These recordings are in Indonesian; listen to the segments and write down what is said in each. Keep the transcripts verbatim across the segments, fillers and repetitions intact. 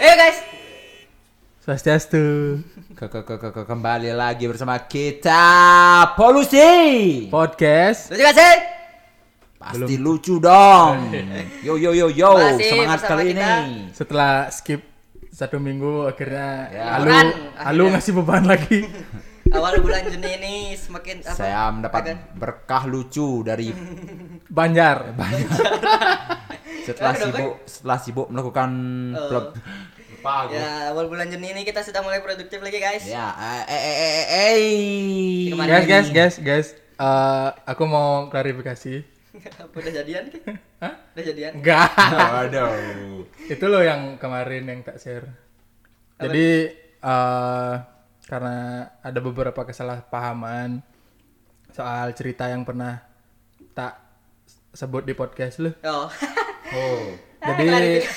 Ayo guys. Swastiastu. Ke, ke, ke, ke, ke, kembali lagi bersama kita Polusi Podcast. Lucu gak sih? Pasti lucu dong. Yo yo yo yo, Masih semangat bersama kali kita. ini. Setelah skip satu minggu akhirnya Ya. Alu Beban, Alu akhirnya. ngasih beban lagi. Awal bulan Juni ini semakin apa? Saya mendapat akan- berkah lucu dari Banjar. setelah Ah, udah, sibuk setelah sibuk melakukan Oh. plug. Lupa aku. Ya, awal bulan Juni ini kita sudah mulai produktif lagi guys. Ya, eh eh eh eh. eh. Kemarin Guys, guys, guys, guys. Eh, aku mau klarifikasi. Apa udah jadian Ki? Hah? Udah jadian? Enggak. Waduh. Itu loh yang kemarin yang tak share. Jadi eh karena ada beberapa kesalahpahaman soal cerita yang pernah tak sebut di podcast lu. Oh. Oh. Jadi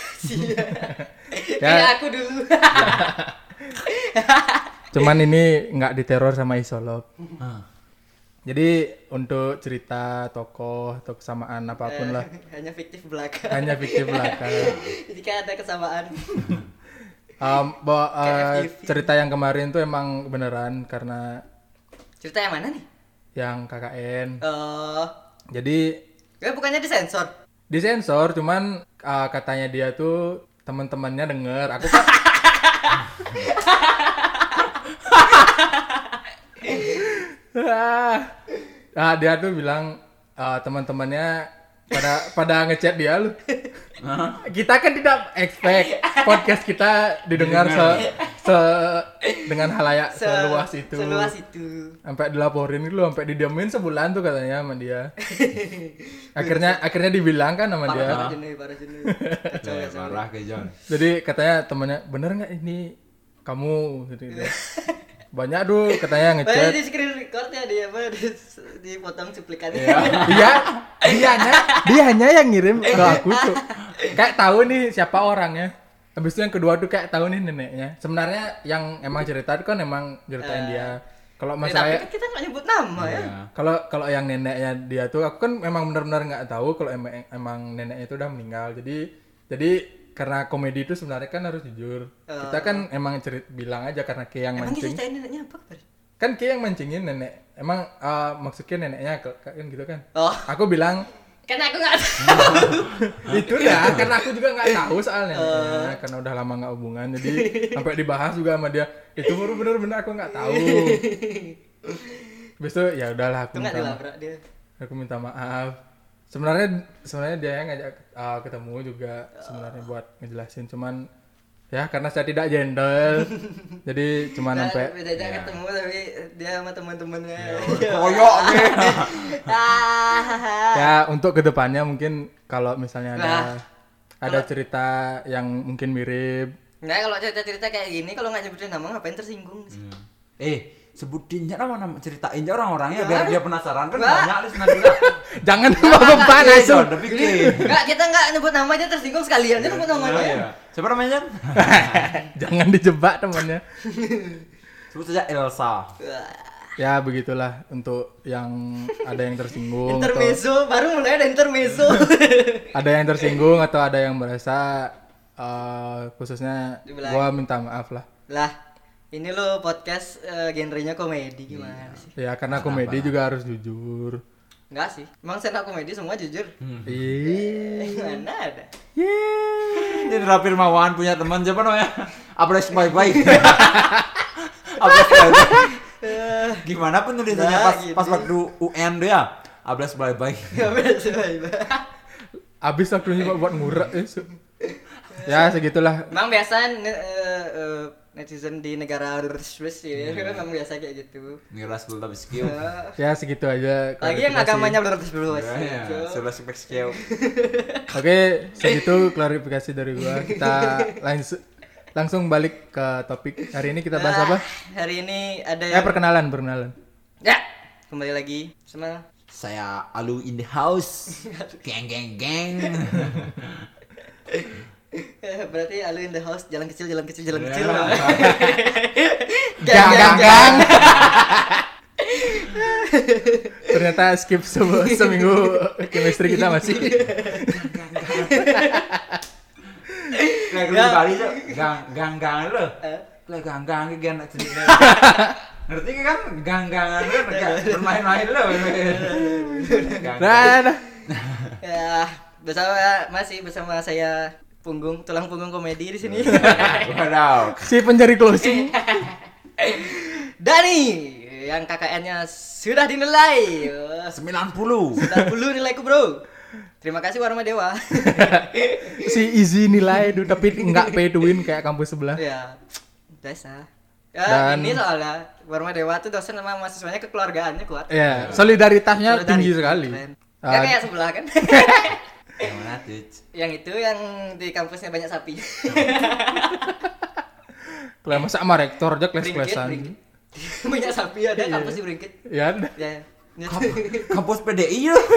ya ya aku dulu. cuman ini nggak diteror sama Isolop. Ah. Jadi untuk cerita tokoh atau kesamaan apapun lah Hanya fiktif belaka. hanya fiktif belaka. Jadi kayak ada kesamaan. Um, bahwa, uh, Kayak F T V. cerita yang kemarin tuh emang beneran karena Cerita yang mana nih? yang K K N. Oh. Jadi Ya bukannya disensor. disensor, cuman uh, katanya dia tuh teman-temannya denger. Aku kan ah, ah, dia tuh bilang uh, teman-temannya pada pada ngechat dia lu. Kita kan tidak expect podcast kita didengar se, se- dengan halayak Se- seluas itu. Seluas itu. Sampai dilaporin gitu loh, sampai didiamin sebulan tuh katanya sama dia. akhirnya akhirnya dibilang kan sama dia. Parah jenuh, parah jenuh. Kacau, Eh, kacau. marah ke John. Jadi katanya temannya, bener nggak ini kamu? Gitu, gitu. Banyak tuh katanya Padahal ngechat. di screen record ya dia apa di, dipotong cuplikannya. Iya, dianya, dianya yang ngirim ke aku tuh. Kayak tahu nih siapa orangnya. Habis itu yang kedua tuh kayak tahu nih neneknya. Sebenarnya yang emang cerita itu kan emang ceritain Eh. dia. Kalau Eh, masalah tapi kan kita nggak nyebut nama ya. Iya. kalau kalau yang neneknya dia tuh aku kan memang benar-benar nggak tahu kalau emang emang neneknya itu udah meninggal. Jadi jadi karena komedi itu sebenarnya kan harus jujur. Kita kan emang cerit bilang aja karena kayak yang Emang mancing. ceritain neneknya apa Pak? Kan kayak yang mancingin nenek. Emang uh, maksudnya neneknya ke- kan gitu kan. Oh, Aku bilang karena aku nggak tahu. itu dah karena aku juga nggak tahu soalnya neneknya, karena udah lama nggak hubungan jadi sampai dibahas juga sama dia itu baru bener-bener aku nggak tahu. Habis itu ya udahlah aku Itu nggak minta dilabrak dia. aku minta maaf. Sebenarnya sebenarnya dia yang ngajak uh, ketemu juga sebenarnya buat ngejelasin, cuman ya karena saya tidak gentle jadi cuman Nah, sampai beda aja ketemu tapi dia sama teman-temannya. Koyok nih. Ah. ya untuk kedepannya mungkin kalau misalnya ada Nah, ada cerita yang mungkin mirip. Nah, kalau cerita-cerita kayak gini kalau nggak nyebutin nama ngapain tersinggung sih? Eh, sebutin aja nama nama ceritain aja orang-orangnya Nggak. biar dia penasaran kan Nggak. banyak listener juga. Jangan bawa beban Iya, langsung. John, tapi ke. Enggak, kita nggak nyebut nama aja tersinggung sekalian dia nyebut namanya. Iya. Siapa namanya, John? Jangan dijebak temannya. Sebut saja Elsa. Wah. Ya begitulah untuk yang ada yang tersinggung atau Intermezzo, baru mulai ada intermezzo. ada yang tersinggung atau ada yang merasa uh, khususnya Dibilang. gua minta maaf lah. Lah, ini lo podcast eh, genrenya komedi gimana sih? Ya karena komedi juga harus jujur. Enggak sih. Emang stand up komedi semua jujur. Ih. Eh, mana ada? Yeay. Ini Raffi Mawan punya teman siapa namanya? Abres bye-bye. Abres bye-bye. Gimana penulisannya Nah, pas gitu. pas waktu U N dia? Abres bye-bye. Enggak beda bye. Abis waktunya buat, buat ngurek ya. Su. Ya segitulah. Emang biasa ne- eh, eh, netizen di negara Swiss ya, memang biasa kayak gitu. Ngiras belum tapi skill. Eh, Ya segitu aja. Lagi yang klarifikasi. agamanya belum terus Ya, sebelas spek skill. Oke, segitu klarifikasi dari gua. Kita langsung langsung balik ke topik. Hari ini kita bahas apa? Hari ini ada Ya yang perkenalan, perkenalan. Ya, kembali lagi sama Saya Alu in the house. Geng geng geng. Eh, berarti Alu in the house, jalan kecil, jalan kecil, jalan Ya. kecil. Gang gang gang. Ternyata skip se- seminggu chemistry kita masih. Kayak Ya. di Bali tuh gang gang-gangan lo. Eh. Kayak gang-gang gitu kan sendiri. Ngerti kan gang-gangan lo kayak bermain-main lo. Gang. Nah, nah. Ya, bersama masih bersama saya punggung tulang punggung komedi di sini. Waduh. Si pencari closing. Dani yang K K N-nya sudah dinilai. sembilan puluh. sembilan puluh nilaiku, Bro. Terima kasih Warma Dewa. Si easy nilai tuh tapi enggak pay to win kayak kampus sebelah. Ya. Biasa. Ya, Dan- ini soalnya Warma Dewa tuh dosen sama mahasiswanya kekeluargaannya kuat. Ya, solidaritasnya Solidaritas. tinggi sekali. Keren. Ah, Ya kayak sebelah kan. Yang mana tuh? Yang itu yang di kampusnya banyak sapi. Kalau masa sama rektor aja Beringkit, kelas-kelesan. beringkit. Banyak sapi ada kampus di Beringkit. Ya ada. Ya. Ya. Kampus P D I lo.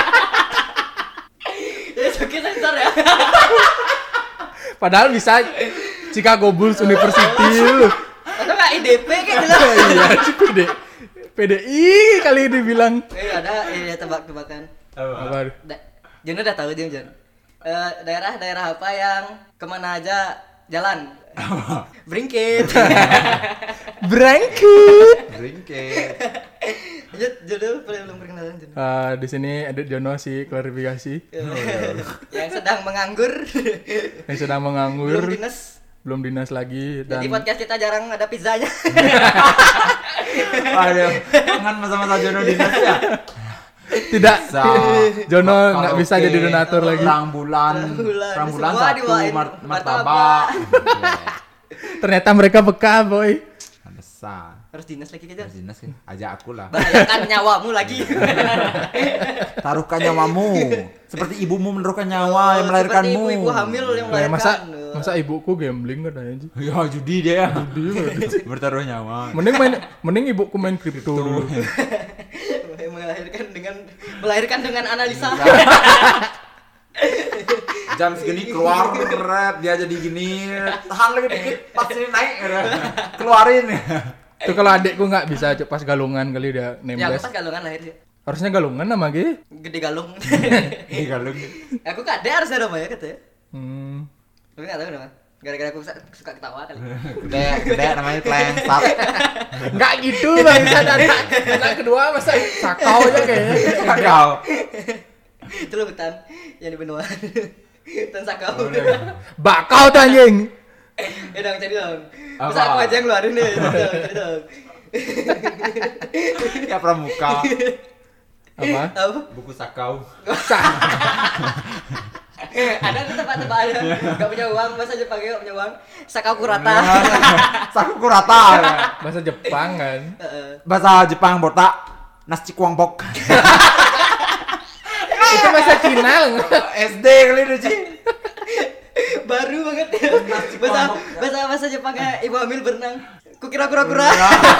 Ya sakit sensor ya. Padahal bisa Chicago Bulls University lu. Atau enggak I D P kayak gitu. Iya, si P D P D I kali ini bilang. Eh ada eh tebak-tebakan. Apa? Da- Jon udah tahu dia Jon. Eh, daerah-daerah apa yang kemana aja jalan? Beringkit. Berangkut. Ringkit. Jon Jon belum perkenalan Jon. Ah, di sini ada Jono sih klarifikasi Yang sedang menganggur. yang sedang menganggur, Belum dinas. belum dinas lagi dan Jadi podcast kita jarang ada pizzanya. Aduh, kangen masa-masa Jono dinas ya. tidak Sa- Jono Kalau nggak bisa oke, jadi donatur lagi. Perang bulan, Bulan. perang bulan Semua satu diwain mart- martabak. martabak. Ternyata mereka beka boy. Ada sa. Harus dinas lagi aja. Dinas kan, ajak aku lah. Bahayakan nyawamu lagi. Taruhkan nyawamu, seperti ibumu menaruhkan nyawa yang melahirkanmu. Seperti ibu-ibu hamil yang Kayak masa melahirkan. masa ibuku gambling katanya sih. Ya judi dia. Bertaruh nyawa. Mending main mending ibuku main kripto dulu. melahirkan dengan melahirkan dengan analisa. Jam segini keluar red, dia jadi gini. Tahan lagi dikit, pas ini naik keluarin. Tuh kalau adekku nggak bisa cuk, pas galungan kali dia Ya nembes. aku pas galungan lahir dia. Harusnya galungan nama ge. Gede galung. Di galung. Aku kade harus ada namanya katanya. Hmm. Tapi enggak tahu nama. Gara-gara aku suka- suka ketawa kali. Gede, gede namanya klengsat. Enggak gitu bang, anak, anak kedua masa sakau aja kayaknya. Kau. Itu loh hutan yang di benua. Hutan sakau. Bakau tuh anjing. Eh dong cari dong. Apa? Masa aku aja yang ngeluarin deh. Cari dong, cari dong. Ya pramuka. Apa? Apa? Buku sakau. Ada tuh tempat-tempatnya. Gak punya uang, masa Jepangnya gak punya uang. Sakau kurata. Saku kurata. Bahasa Jepang kan. Heeh. Bahasa Jepang botak. Nasi kuangbok. Itu bahasa Cina. S D kali itu Ci. Baru banget ya. Bahasa bahasa bahasa Jepangnya ibu hamil berenang. Kukira kura-kura.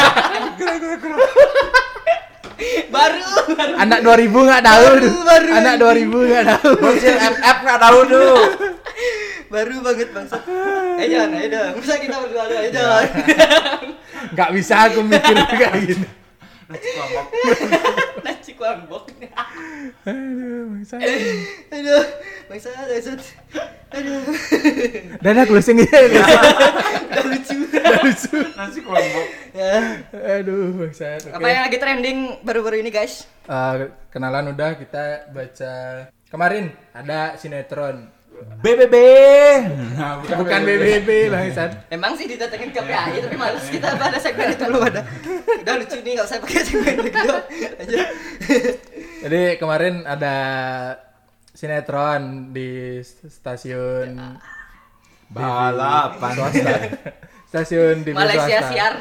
Baru. baru. Anak dua ribu enggak tahu tuh. baru. Anak dua ribu enggak tahu. Bocil F F nggak tahu tuh. Baru banget bangsa. Eh jangan, ayo dong. Masa kita berdua dulu, ayo dong. Enggak bisa aku mikir kayak gini. Nasi kuangbok. Nasi kuangbok. Aduh, bangsa. Aduh, bangsa, bangsa. Aduh. Dan aku closing ya. Udah lucu. Udah lucu. Nasi kuangbok. Ya. Aduh, bangsa. Oke. Apa yang lagi trending baru-baru ini, guys? Eh, kenalan udah, kita baca kemarin ada sinetron. B B B. Nah, Bukan B B B bangsat. Emang sih didatengin K P I I, tapi males kita pada segmen itu belum ada. Udah lucu nih, nggak usah pakai segmen begitu. Aja. Jadi kemarin ada sinetron di stasiun Balapan. swasta. Stasiun T V Malaysia swasta. siar.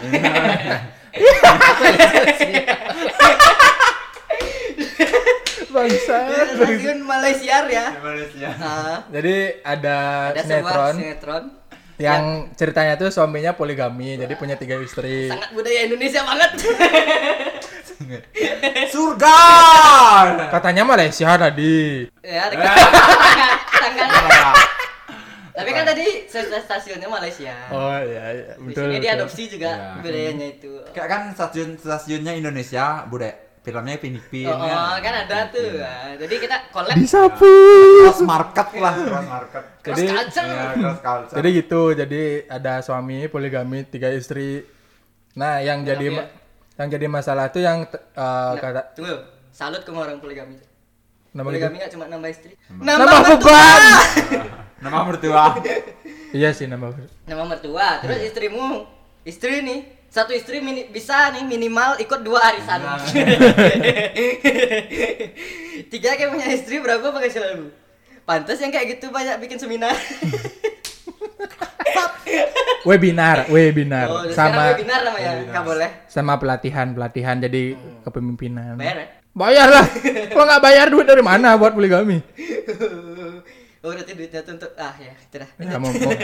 Bangsa. Stasiun Malaysia ya. Malaysia. Ah, Jadi ada, ada sebuah sinetron sinetron yang ceritanya tuh suaminya poligami, jadi punya tiga istri. sangat budaya Indonesia banget. Surga. Katanya Malaysia tadi. Ya, dekat. Tanggal. Tapi kan tadi stasiunnya Malaysia. Oh iya, iya. Di betul. sini betul. diadopsi juga Iya. budayanya itu. Kayak kan stasiun stasiunnya Indonesia budaya filmnya Pinipin Oh, oh, kan ada tuh. Nah, jadi kita collab Disapu. cross market lah, cross market. cross Jadi- culture. Ya, cross culture. Jadi gitu, jadi ada suami poligami tiga istri. Nah, yang Poligami jadi ya? ma- yang jadi masalah tuh yang uh, Nah, kata tunggu, salut ke orang poligami. nama Poligami gitu. nggak cuma nambah istri, Nambah beban. Nama mertua. Iya sih nama. nama mertua, terus Iya. istrimu, istri nih, satu istri mini, bisa nih minimal ikut dua arisan. Nah. Tiga kayak punya istri berapa penghasilan lu? Pantas yang kayak gitu banyak bikin seminar. Webinar, webinar Oh, sekarang sama webinar namanya, nggak boleh. sama pelatihan, pelatihan jadi kepemimpinan. Bayar ya? Bayar lah. Kalau nggak bayar duit dari mana buat poligami? Oh, berarti duitnya tuh untuk ah ya, tidak. Ya, mau- mau.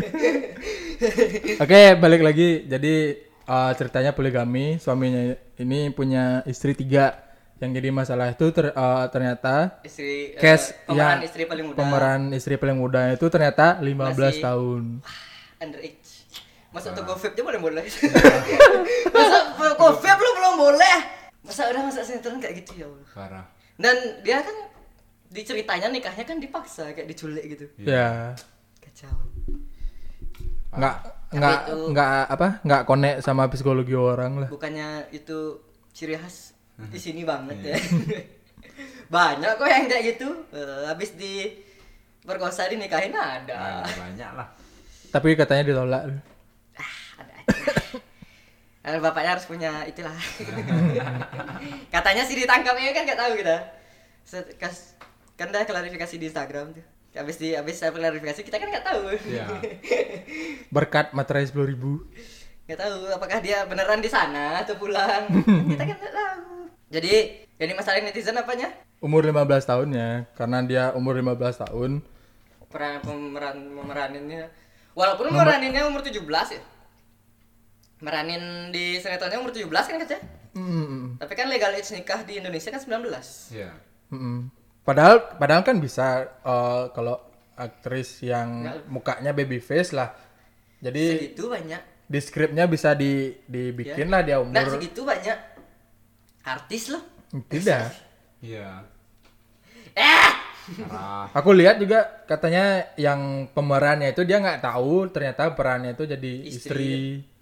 Oke, balik lagi. Jadi uh, ceritanya poligami, suaminya ini punya istri tiga. Yang jadi masalah itu ter- uh, ternyata Istri, eh, cash pemeran yang istri paling muda. pemeran istri paling muda itu ternyata lima belas Masih- tahun. Underage. Masa untuk GoVip dia boleh boleh. Masa GoVip lu belum boleh? Masa udah masa sinetron kayak gitu ya Allah. Parah. Dan dia kan diceritanya nikahnya kan dipaksa kayak diculik gitu. Ya. Kacau. Nggak Tapi nggak itu- nggak apa nggak connect sama psikologi orang lah. Bukannya itu ciri khas di sini banget ya. Banyak kok yang kayak gitu. Eh, habis di perkosa dinikahin ada. Nah, banyak lah. Tapi katanya ditolak. Ada aja. Eh, bapaknya harus punya itulah. Katanya sih ditangkap ya kan nggak tahu kita. Set- kas- Kan udah klarifikasi di Instagram tuh. Habis di habis saya klarifikasi kita kan nggak tahu. Iya. Berkat materai sepuluh ribu. Nggak tahu apakah dia beneran di sana atau pulang. Kita kan nggak tahu. Jadi jadi masalah netizen apanya? Umur lima belas tahunnya. Karena dia umur lima belas tahun. Peran pemeran memeraninnya. Walaupun memeraninnya umur tujuh belas ya. Meranin di sinetronnya umur tujuh belas kan katanya. Mm-mm. Tapi kan legal age nikah di Indonesia kan sembilan belas. Iya. Mm-mm. Padahal padahal kan bisa uh, kalau aktris yang Nggak. mukanya baby face lah. Jadi Segitu banyak. di skripnya bisa di dibikin lah dia Nah, umur. segitu banyak artis loh. Tidak. Iya. Eh, Parah. Aku lihat juga katanya yang pemerannya itu dia nggak tahu ternyata perannya itu jadi Istri. istri.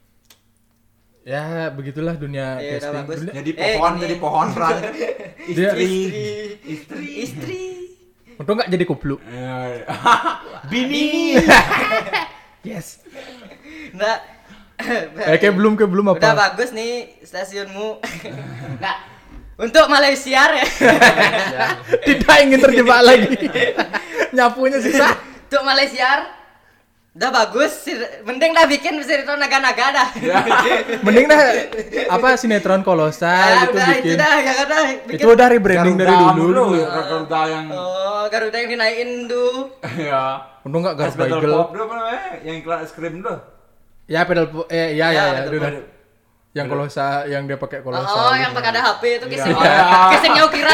Ya begitulah dunia Ya, udah casting. bagus. Dunia- Jadi Eh, pohon, gini. jadi pohon peran. dia istri, istri, istri. untung nggak jadi kupluk. Iya. Bini. Yes. Nah, Eh, kayak belum kayak belum udah apa? bagus nih stasiunmu. Nah, untuk Malaysia ya. Tidak ingin terjebak lagi. Nyapunya susah. Untuk Malaysia udah bagus, sir- mending dah bikin sinetron naga-naga dah. Mending dah apa sinetron kolosal Ah, gitu udah bikin. itu dah, ya kan dah. Bikin. Itu udah rebranding dari Garuda dulu. mulu, dulu. Garuda yang Oh, Garuda yang dinaikin tuh. Iya. Untung nggak gas Es Battle bagel. Pop dulu apa namanya? Yang iklan es krim dulu. Ya pedal po- eh ya ya Ya, ya, betul, udah. betul. Yang kolosal yang dia pakai kolosal. Oh, gitu. yang pakai ada H P itu Iya. casingnya. Casingnya ukiran.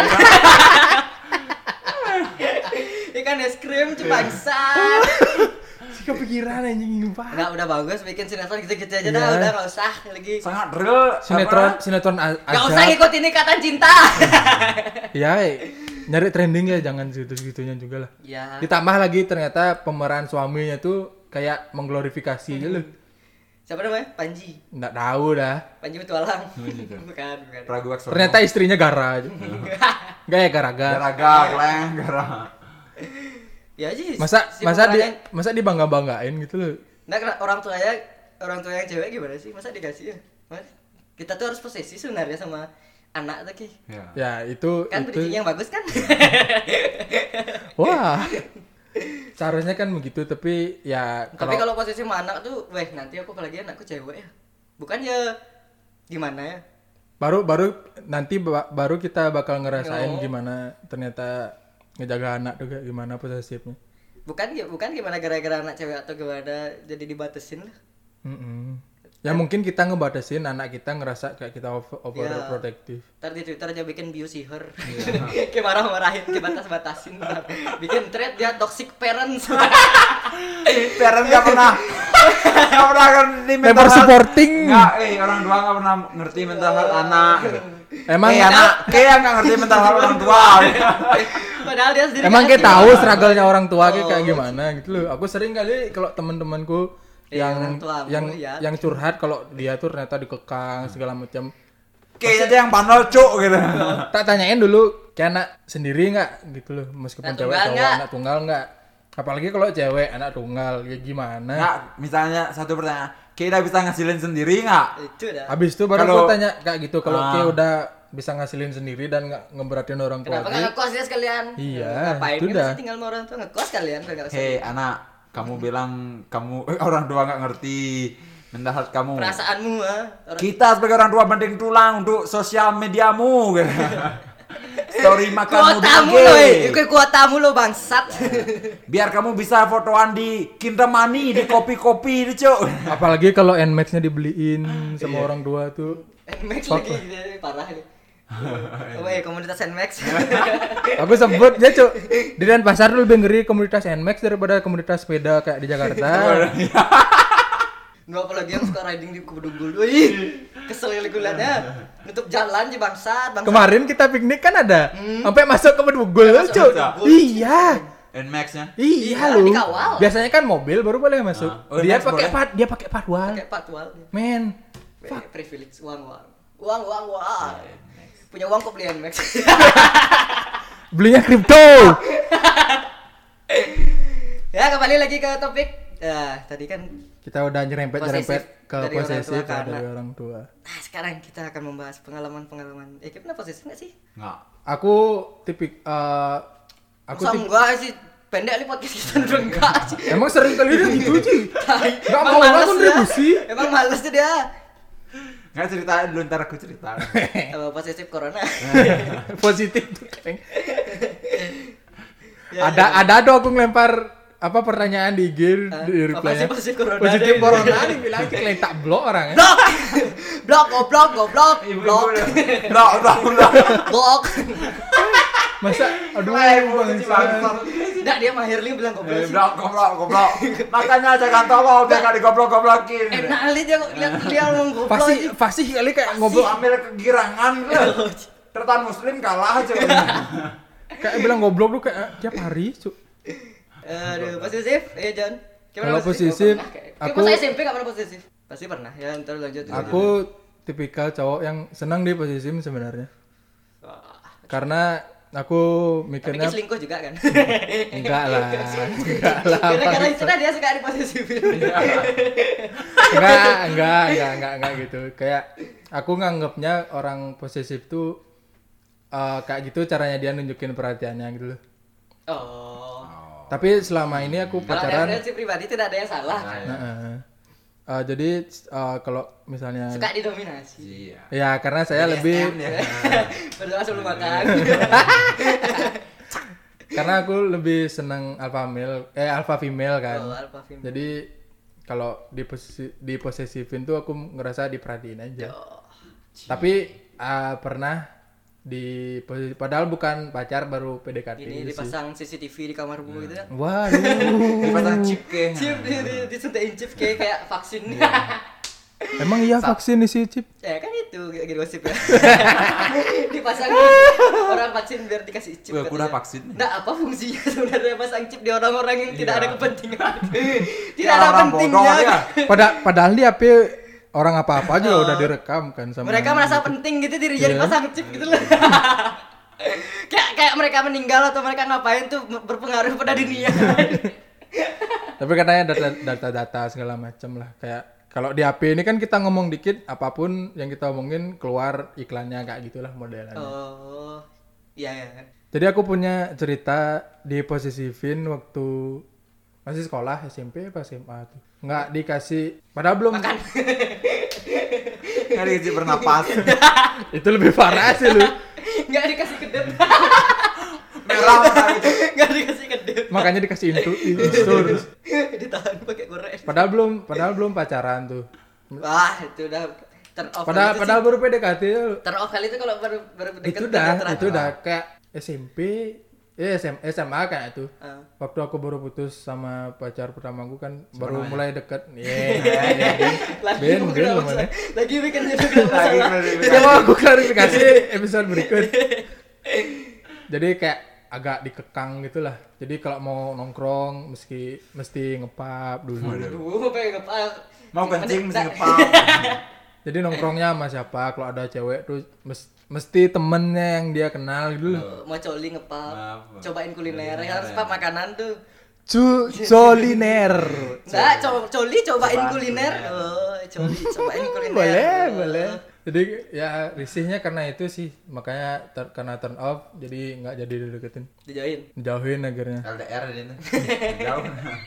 Ikan es krim cepangsat. Si kepikiran anjing Pak. Udah udah bagus bikin sinetron gitu-gitu aja dah, Iya. udah enggak usah lagi. Sangat real. Sinetron apa? sinetron a- Enggak usah azab. ngikutin ikatan cinta. Ya, eh, nyari trending ya jangan segitu-segitunya juga lah. Ya. Ditambah lagi ternyata pemeran suaminya tuh kayak mengglorifikasi aja loh. Siapa namanya? Panji. Nggak tahu dah. Panji Petualang. gitu. Bukan, bukan. Pragu Waksono. Ternyata istrinya Gara aja. Enggak ya Garaga. Garaga, kleng, gara. Ya aja. Masa si masa pemerannya- dia masa dibangga-banggain gitu loh. Nah, kena- orang tuanya orang tua yang cewek gimana sih? Masa dikasih ya? Mas, kita tuh harus posesif sebenarnya sama anak tuh, Ki. Iya. Ya, itu Kan itu. bridging yang bagus kan? Wah. Seharusnya kan begitu tapi ya Tapi kalau posisi sama anak tuh, weh nanti aku apalagi anakku cewek ya. Bukan ya gimana ya? baru baru nanti ba- baru kita bakal ngerasain Oh. gimana ternyata ngejaga anak tuh kayak gimana posesifnya. Bukan ya, bukan gimana gara-gara anak cewek atau gimana jadi dibatasin lah. Mm-mm. Ya mungkin kita ngebatasin anak kita ngerasa kayak kita over, overprotective. Ntar di Twitter aja bikin view siher. Iya. Kayak marah-marahin, kayak batas-batasin. Ntar. Bikin thread dia toxic parents. Parent nggak pernah, nggak pernah kan di mental Never health. supporting. Nggak, eh orang tua nggak pernah ngerti mental health anak. gitu. Emang eh anak kayak nggak ngerti mental health orang tua. Padahal dia sendiri Emang kan kita asli. tahu struggle-nya orang tua kayak Oh. kayak gimana gitu loh. Aku sering kali kalau teman-temanku Eh, yang orang tuamu, yang ya. yang curhat kalau dia tuh ternyata dikekang segala macam. Kayak aja yang panol cuk gitu. Tak tanyain dulu kayak anak sendiri nggak gitu loh, meskipun Anak cewek tunggal cowok nggak? anak tunggal nggak. Apalagi kalau cewek anak tunggal ya gimana. Nggak, misalnya satu pertanyaan, kita bisa ngasilin sendiri nggak? Itu dah. Habis itu baru Kalau- aku tanya kayak gitu kalau Ah. kayak udah bisa ngasilin sendiri dan nggak ngeberatin orang tua. Kenapa nggak ngekos ya sekalian? Iya, Ngapain itu kan dah. masih tinggal sama orang tua ngekos kalian kan nggak usah. Hei anak, kamu bilang kamu eh, orang tua nggak ngerti mental health kamu. Perasaanmu ah. Orang- Kita sebagai orang tua penting tulang untuk sosial mediamu. Gitu. Story makanmu di Kuotamu I G. lo, eh. Itu kuotamu lo bangsat. Biar kamu bisa fotoan di Kintamani, di kopi-kopi, di cuk. Apalagi kalau Nmax-nya dibeliin sama orang tua tuh. Nmax lagi gitu, parah nih. Oh ya komunitas Nmax. Aku sebut ya cuk. Di Denpasar tuh lebih ngeri komunitas Nmax daripada komunitas sepeda kayak di Jakarta. Nggak apalagi yang suka riding di Kubudugul. Wih, kesel kali gue liatnya. Nutup jalan sih bangsat, bangsat. Kemarin kita piknik kan ada. Hmm. Sampai masuk ke Bedugul Masuk cuk. ke Bedugul. Iya. Nmax-nya. Iya Iya, loh. dikawal. Biasanya kan mobil baru boleh masuk. Ah. Oh, dia Nmax pakai boleh? pat, dia pakai patwal. Kayak patwal. Men. Fuck. Privilege uang uang. Uang uang uang. Punya uang kok beli Nmax. Belinya kripto. Ya kembali lagi ke topik. Nah, tadi kan. Kita udah nyerempet-nyerempet ke Posesif dari orang posesif tua ke ya, dari anak. orang tua. Nah, sekarang kita akan membahas pengalaman-pengalaman. Eh, kita pernah posesif nggak sih? Nggak. Aku tipik eh aku Masa tip, enggak sih? Pendek nih podcast kita udah enggak sih. emang sering kali udah gitu sih. Gak Emang mau males aku dia. kontribusi. Emang males tuh dia. Nggak ceritain dulu ntar aku cerita. Apa posesif corona? Positif tuh, Keng. Ya, ada ya. ada tuh aku ngelempar apa pertanyaan di I G Ah, di apa reply-nya. sih positif corona? Positif Deh. corona dibilang kalian tak blok orang ya. Blok. Blok goblok goblok. Blok. Blok, blok, blok. Blok. Masa aduh bangsa. Enggak dia mahirli bilang goblok. Eh, sih. Blok, goblok, goblok. Makanya jangan tolong biar nggak digoblok-goblokin. Enak kali dia kok lihat dia ngomong goblok. Pasti sih. pasti kali kayak Ngobrol ngobrol ambil kegirangan gitu. Tertan muslim kalah aja. kayak bilang goblok tuh kayak tiap hari, Cuk. Aduh, posesif. Eh, John. Kalau posesif, aku aku- pas S M P enggak pernah posesif. Pasti pernah. Ya, ntar lanjut. lanjut. Aku tipikal cowok yang senang di posesif sebenarnya. Wah. Karena aku Tapi mikirnya selingkuh juga kan? enggak lah. Enggak lah. Gara-gara Bang. itu nah dia suka diposesifin. enggak, enggak, enggak, enggak, enggak gitu. Kayak aku nganggapnya orang posesif tuh eh, kayak gitu caranya dia nunjukin perhatiannya gitu loh. Oh. Tapi selama ini aku Kalau pacaran referensi pribadi tidak ada yang salah. Nah, Nah, eh, eh, jadi eh, kalau misalnya Suka didominasi. Iya. ya karena saya lebih ya. Berdoa sebelum makan. karena aku lebih senang alpha male eh alpha female kan. Oh, alpha female. Jadi kalau di posisi di posesifin tuh aku ngerasa diperhatiin aja. Oh. Tapi eh, pernah di posisi padahal bukan pacar baru P D K T Ini gitu sih. dipasang C C T V di kamarmu gitu ya. Waduh. Dipasang chip ke. Chip di, di, disuntikin chip kayak kayak vaksin. Emang iya vaksin isi chip? Ya kan itu kayak gitu gosip ya. Dipasang orang vaksin biar dikasih chip. Wah, aku udah katanya. vaksin. Nah, apa fungsinya sebenarnya pasang chip di orang-orang yang tidak Iya. ada kepentingan? Tidak Ya, ada orang bodoh pentingnya. dia. Pada padahal di H P orang apa-apa juga Oh. udah direkam kan sama Mereka merasa penting gitu diri jadi Iya. pasang chip gitu loh. kayak kayak mereka meninggal atau mereka ngapain tuh berpengaruh pada dunia. Tapi katanya data data-data segala macam lah kayak kalau di H P ini kan kita ngomong dikit apapun yang kita omongin keluar iklannya kayak gitulah modelannya. Oh. Iya ya. Jadi aku punya cerita di posesifin waktu masih sekolah S M P apa S M A tuh. Nggak dikasih padahal belum Makan. Nggak dikasih bernapas. itu lebih parah sih lu. Enggak dikasih kedep. Merah merah gitu. Enggak dikasih kedep. Makanya dikasih intu instur. Ditahan pakai korek. Padahal belum padahal belum pacaran tuh. Wah, itu udah turn off. Padahal kali itu padahal sih. baru P D K T ya. Turn off kali itu kalau baru baru deket Itu dah, terakhir. itu udah kayak S M P Eh S M, S M A kayak itu. Ah. Waktu aku baru putus sama pacar pertamaku kan baru Sebenarnya. mulai deket. Yeay. Lagi Ben, mau Ben kenapa lu mana? masalah? Lagi bikin juga kenapa Lagi masalah. klarifikasi. Kita mau aku klarifikasi episode berikut. Jadi kayak agak dikekang gitulah. Jadi kalau mau nongkrong meski mesti ngepap dulu. Aduh, pengen ngepal. Mau kencing mesti Nggak- ngepal. Jadi nongkrongnya sama siapa? Kalau ada cewek tuh mes- mesti temennya yang dia kenal gitu loh. Mau coli ngepal. Apa? Cobain kuliner. Kuliner, Harus ya. pap makanan tuh. Cu soliner. Enggak, co- coli cobain Cobaan kuliner. kuliner. Oh, coli cobain kuliner. Boleh, Oh. boleh. Jadi ya risihnya karena itu sih, makanya ter- karena turn off, jadi nggak jadi dideketin, Dijoin. jauhin akhirnya. L D R ini. Jauh.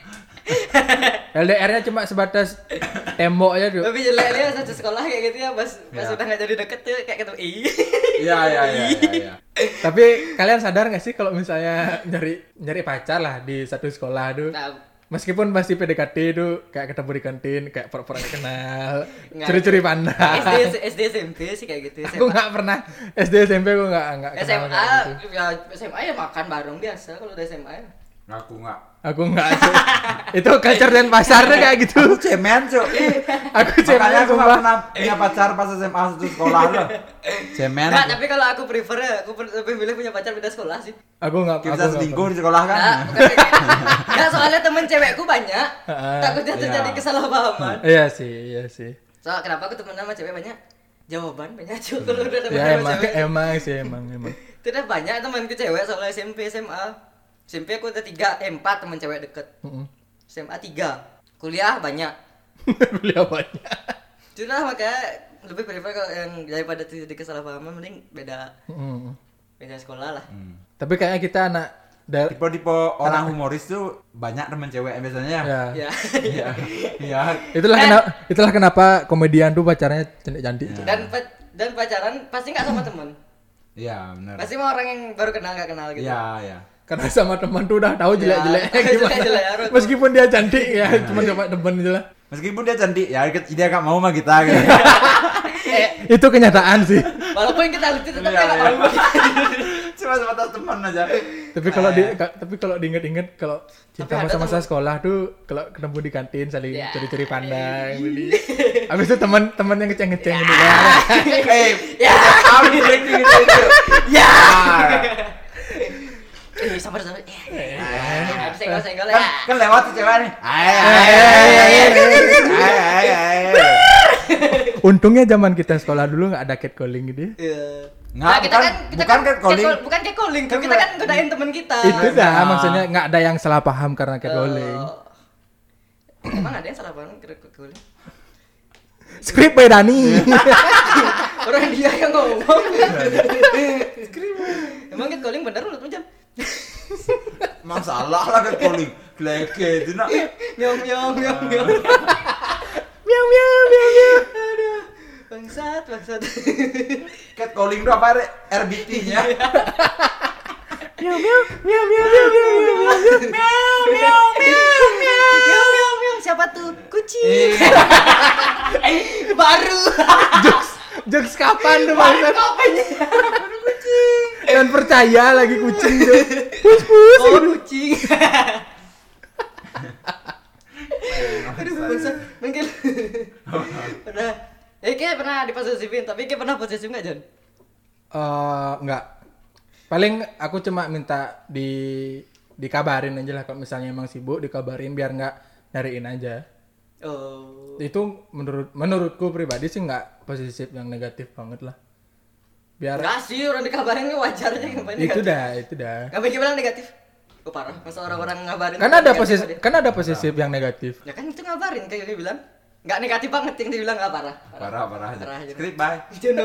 L D R-nya cuma sebatas tembok aja tuh. Tapi jelek dia satu sekolah kayak gitu ya, pas pas Ya. udah nggak jadi deket tuh kayak ketemu ih. Iya iya iya iya, iya. Tapi kalian sadar nggak sih kalau misalnya nyari nyari pacar lah di satu sekolah tuh, Nah, meskipun pasti P D K T tuh kayak ketemu di kantin, kayak pura-pura nggak kenal, Nggak. curi-curi pandang. S D S D S M P sih kayak gitu. Aku nggak pernah S D S M P aku nggak nggak kenal S M A kayak gitu. ya S M A ya makan bareng biasa kalau udah S M A ya. Aku enggak. Aku nggak sih. Itu culture dan pasarnya kayak gitu. Aku cemen, Cuk. Aku Makanya cewek aku sumpah. nggak pernah punya pacar pas S M A satu sekolah loh. Cemen. Nggak, aku. tapi kalau aku prefer ya, aku per- lebih milih punya pacar beda sekolah sih. Aku nggak. Kita aku nggak selingkuh pernah. di sekolah kan? Nggak, bukan kayak gitu. Nggak, soalnya temen cewekku banyak. Heeh. Takutnya Iya. terjadi kesalahpahaman. Iya sih, iya sih. Soal kenapa aku temen sama cewek banyak? Jawaban banyak cuy kalau udah temen Ya sama emang cewek. emang sih emang emang. Itu udah banyak temanku cewek soal S M P S M A. S M P aku ada tiga, eh, empat teman cewek deket. Heeh. S M A tiga. Kuliah banyak. Kuliah banyak. Sudah makanya lebih prefer kalau yang daripada terjadi kesalahpahaman mending beda Heeh. beda sekolah lah. Hmm. Tapi kayaknya kita anak dar Tipe-tipe orang humoris tuh banyak temen cewek biasanya. ya. Ya. Iya. Iya. Itulah kenapa itulah kenapa komedian tuh pacarnya cantik-cantik. Ya. Dan pa- dan pacaran pasti nggak sama teman. Iya, benar. Pasti mau orang yang baru kenal nggak kenal gitu. Iya, iya. Karena sama teman tuh udah tahu jelek-jelek Ya, gimana. jelek-jelek, harus. Meskipun dia cantik ya, cuma sama temen aja lah. Meskipun dia cantik, ya dia gak mau sama kita gitu. Eh, Itu kenyataan sih. walaupun kita lucu tetap Iya, nggak iya. mau. Cuma sebatas teman aja. Tapi kalau di ka- tapi kalau diinget-inget kalau cinta Tapi ada masa-masa temen- sekolah tuh kalau ketemu di kantin saling Ya. curi-curi pandang beli. Habis itu teman-teman yang ngeceng-ngeceng gitu ya. Eh, Ya. habis gitu gitu. Ya. Ah. Eh, sabar sabar. Eh, Eh. habis senggol-senggol Kan, ya. kan lewat tuh cewek nih. Ay ay ay ay ay ay. Untungnya zaman kita sekolah dulu nggak ada catcalling gitu. ya. Iya. Nggak, kita bukan- kan kita bukan kan catcalling. catcall- bukan catcalling, tuh kita kan godain teman kita. Itu dah nah. maksudnya nggak ada yang salah paham karena catcalling. Eh, Emang ada yang salah banget catcalling? Skrip by Dani. Orang dia yang ngomong. Emang catcalling bener menurut Jam? Masalah lah kan calling. Gleke itu nak. Nyong nyong nyong nyong. Miau miau miau miau. Aduh. Bangsat, bangsat. Cat calling itu apa R B T-nya? Miau miau miau miau miau miau miau miau. Miau miau miau miau. Miau miau miau. Siapa tuh? Kucing. Baru. Jokes jokes kapan tuh bang? Kapannya? Kucing. Dan percaya lagi kucing tuh. Pus pus. Oh, kucing. Aduh, bangsat. Mungkin. Pernah. Eh, kayak pernah diposesifin, tapi kayak pernah posesif nggak, Jon? Eh enggak. Paling aku cuma minta di dikabarin aja lah kalau misalnya emang sibuk dikabarin biar nggak nyariin aja. Oh. Itu menurut menurutku pribadi sih nggak posesif yang negatif banget lah. Biar Enggak sih, orang dikabarin ini wajar aja ngapain itu negatif. dah itu dah. Ngapain dia bilang negatif? Oh parah, masa orang-orang ngabarin Kan tuh ada negatif posesif sama dia? kan ada posesif yang negatif. Ya kan itu ngabarin kayak dia bilang. Enggak negatif banget yang dia bilang enggak parah. Parah parah aja. Parah aja. Skrip bye. Jono.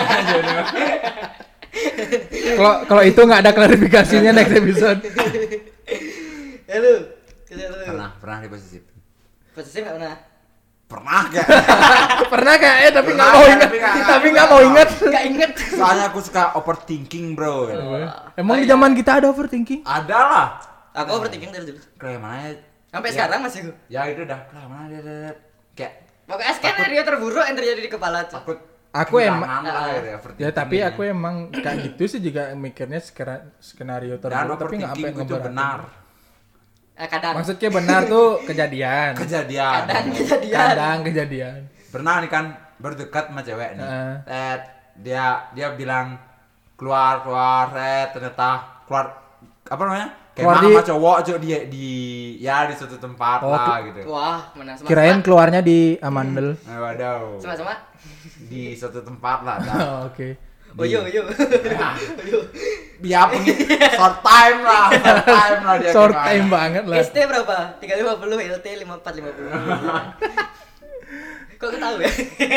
Kalau kalau itu nggak ada klarifikasinya next episode. Halo. Kita lu. Pernah pernah di posisi itu. Posesif enggak pernah. Pernah gak? Pernah kayaknya tapi nggak Pernah, mau ya, ingat tapi nggak- tapi nggak mau ingat. Enggak inget. Soalnya aku suka overthinking bro. Emang di zaman kita ada overthinking? Ada lah. Aku overthinking dari dulu. Kayak mana ya? Sampai Ya. sekarang masih gue. Ya itu dah. Kayak mana dia dia- dia. Kayak Pokoknya skenario terburuk yang terjadi di kepala tuh. takut aku emang Kehilangan lah gitu ya, ya overthinking tapi ini. aku emang kayak gitu sih juga mikirnya skena- skenario Dan terburuk tapi nggak sampai overthinking itu ngeberatin. benar. Eh, kadang. Maksudnya benar tuh kejadian. Kejadian. Kadang kejadian. Kadang kejadian. Pernah nih kan berdekat sama cewek nih. Heeh. Set, dia dia bilang keluar keluar set ternyata keluar apa namanya? Keluar Kayak di- sama cowok cowok di di ya di suatu tempat Oh, lah ke- gitu. Wah, mana semak. Kirain keluarnya di Amandel. Nah, waduh. Sama-sama. Di suatu tempat lah. dah. Oh, Oke. Oh, yo yo. Ya, biar pengen short time lah, short time lah dia. Short gimana. time banget lah. S T berapa? tiga ratus lima puluh, L T lima puluh empat lima puluh. Kok ketahu ya?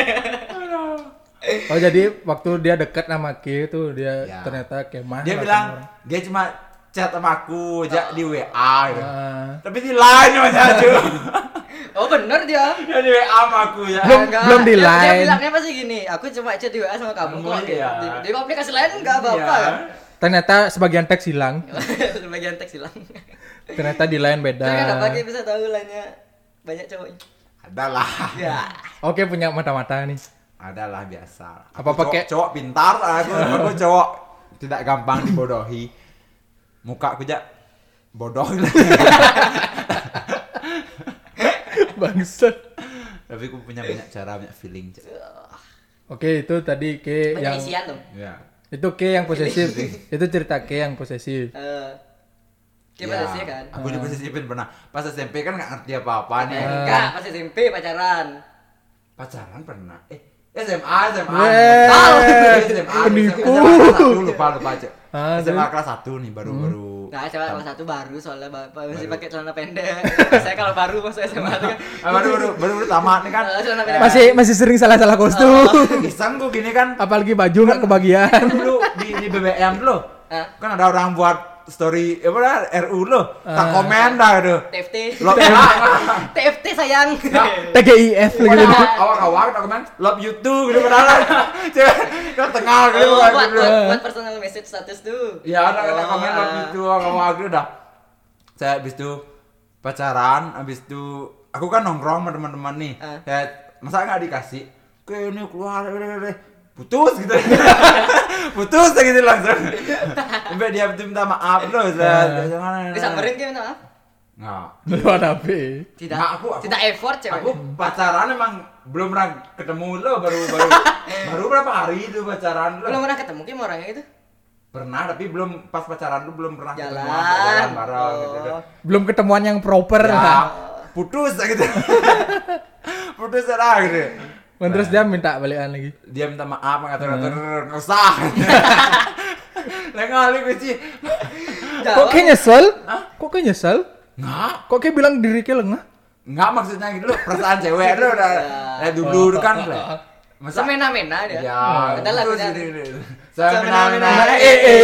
Oh jadi waktu dia dekat sama Ki itu dia Ya. ternyata kemah. Dia lah bilang sama orang. dia cuma chat sama aku aja di W A gitu. Ah. Tapi di line aja tuh. Oh, bener dia. Dia di W A sama aku ya. Belum- Enggak, belum di dia- Dia line. bilangnya pasti gini, aku cuma chat di W A sama kamu Oh, kok. iya. Di, di aplikasi lain enggak apa-apa Iya. kan? Ternyata sebagian teks hilang. Bagian teks hilang. Ternyata di line beda. Tapi kenapa kita bisa tahu lainnya banyak cowoknya? Ada lah. Ya. Oke punya mata-mata nih. Ada lah biasa. Apa Aku pakai- cowok, cowok pintar, aku aku cowok tidak gampang dibodohi. Muka aku aja bodoh. Bangsat. Tapi aku punya banyak cara, banyak feeling. Cak. Oke itu tadi Ki Banyak yang isian dong. Ya. itu Ki yang posesif. Itu cerita Ki yang posesif. Eh, Ya, Gimana sih kan? Aku juga posesifin pernah. Pas S M P kan nggak ngerti apa-apa nih. Eh, enggak, pas S M P pacaran. Pacaran pernah. Eh, S M A, S M A. Weh, Oh, S M A, penipu. S M A kelas satu lupa lupa aja. Ah, S M A terus? kelas satu nih baru-baru. Nah, coba kelas satu baru soalnya bapak masih Baru. pakai celana pendek. Saya kalau baru masuk S M A tuh kan. Ah, baru baru baru baru tamat nih kan. Eh, celana pendek. Masih masih sering salah-salah kostum. Iseng gua gini kan. Apalagi baju nggak kebagian. Kan dulu di di B B M dulu. Ah. Kan ada orang buat story apa dah R U lo. Tak Ah. komen dah itu. T F T. Lo T F T sayang. T G I F lagi Gitu. gitu. Awak-awak tak komen love you too gitu padahal. Cewek kan tengah gitu Oh, kan. buat, gitu. buat, buat personal message status tuh. Ya ada kata Oh, komen love you ah. too awak-awak gitu dah. Saya habis itu pacaran, habis itu aku kan nongkrong sama teman-teman nih. Ah. Kayak masa nggak dikasih? Kayak ini keluar putus gitu. Putus gitu langsung. Sampai dia minta maaf loh. Ah. Jangan. Disamperin ke minta maaf? Nggak. Lu ada P. Tidak. Nggak, aku- aku- tidak effort cewek. Aku pacaran emang belum pernah ketemu lo baru baru baru berapa hari itu pacaran lo. Belum pernah ketemu Kim orangnya itu? Pernah tapi belum pas pacaran lu belum pernah Jalan. ketemu jalan bareng gitu. Oh. Belum ketemuan yang proper Ya, lah. putus gitu. Putus lah gitu. Terus dia minta balikan lagi. Dia minta maaf ngatur-ngatur nggak usah. Lengali gue sih. Kok kayak nyesel? Kok kayak nyesel? Nggak, Kok kayak bilang diri kayak lengah? nggak maksudnya gitu loh. Perasaan cewek lu udah ya, dulu kan lah. Masa Semena-mena dia. ya, Ada lah, putus ada. gitu, gitu. Semena-mena. Semena-mena. Eh, eh.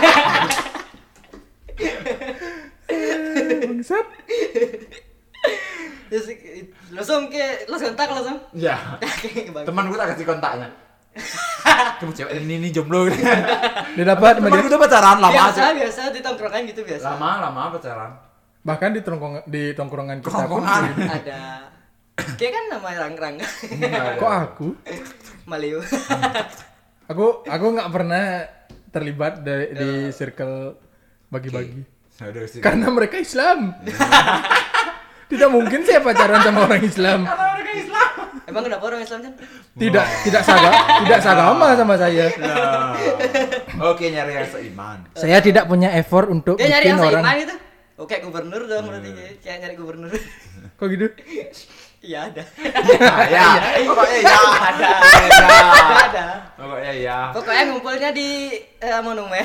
Bangsat. Terus, langsung ke langsung kontak langsung. Ya. Bang. Teman gue tak kasih kontaknya. Kamu cewek ini ini jomblo gitu. Dia dapat Teman gue udah pacaran lama biasa aja. biasa di tongkrongan gitu biasa. Lama lama pacaran. bahkan di tongkrong di tongkrongan kita pun Tongkrongan. Ada. Kayak kan nama Rang-Rang. kok aku Malio. aku aku nggak pernah terlibat di, di circle bagi-bagi Aduh sih. karena mereka Islam. Tidak mungkin saya pacaran sama orang Islam. Emang kenapa orang Islam kan? Tidak tidak saga, tidak sagama sama saya. Nah. Oke nyari yang seiman. Saya tidak punya effort untuk Dia nyari bikin yang orang. seiman itu. Oke, gubernur dong berarti kayak nyari gubernur. Kok gitu? Iya ada. Ya, ya. Pokoknya ya. Ada. Ya. Ada. Pokoknya ya. Pokoknya ngumpulnya di eh, monumen.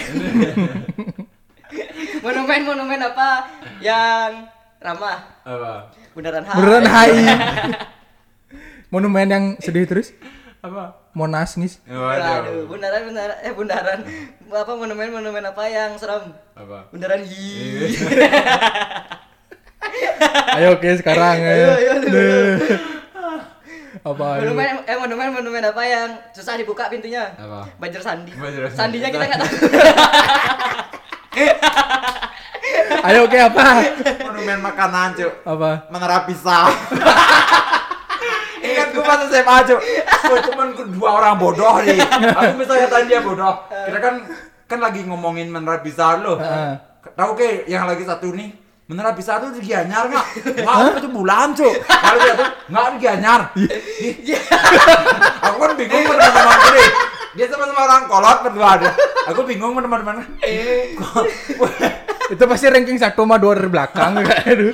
Monumen-monumen apa yang ramah? Apa? Bundaran H. Beneran H I. Monumen yang sedih terus. Apa? Monas nis. Waduh, Waduh. bundaran bundaran eh bundaran apa monumen-monumen apa yang seram? Apa? Bundaran Hi. Ayo oke sekarang ayo. Ayo, ayo, ayo. Deh. Apa ayo? Monumen eh monumen monumen apa yang susah dibuka pintunya? Apa? Banjir Sandi. Banjir Sandi. Sandinya kita nggak tahu. Ayo oke apa? Monumen makanan, Cuk. Apa? Menara pisah. Ingat gua pas S M A, Cuk. Oh, cuman dua orang bodoh nih. Aku misalnya tanya dia bodoh. Kita kan kan lagi ngomongin Menara Besar loh. Heeh. Tahu ke yang lagi satu nih? Menara Besar tuh di Gianyar nggak? Nggak, itu bulan cuy. Kalau dia tuh nggak di Gianyar. Aku kan bingung sama teman-teman gue. Dia sama-sama orang kolot berdua ada. Aku bingung sama teman-teman. Itu pasti ranking satu sama dua dari belakang kayak aduh.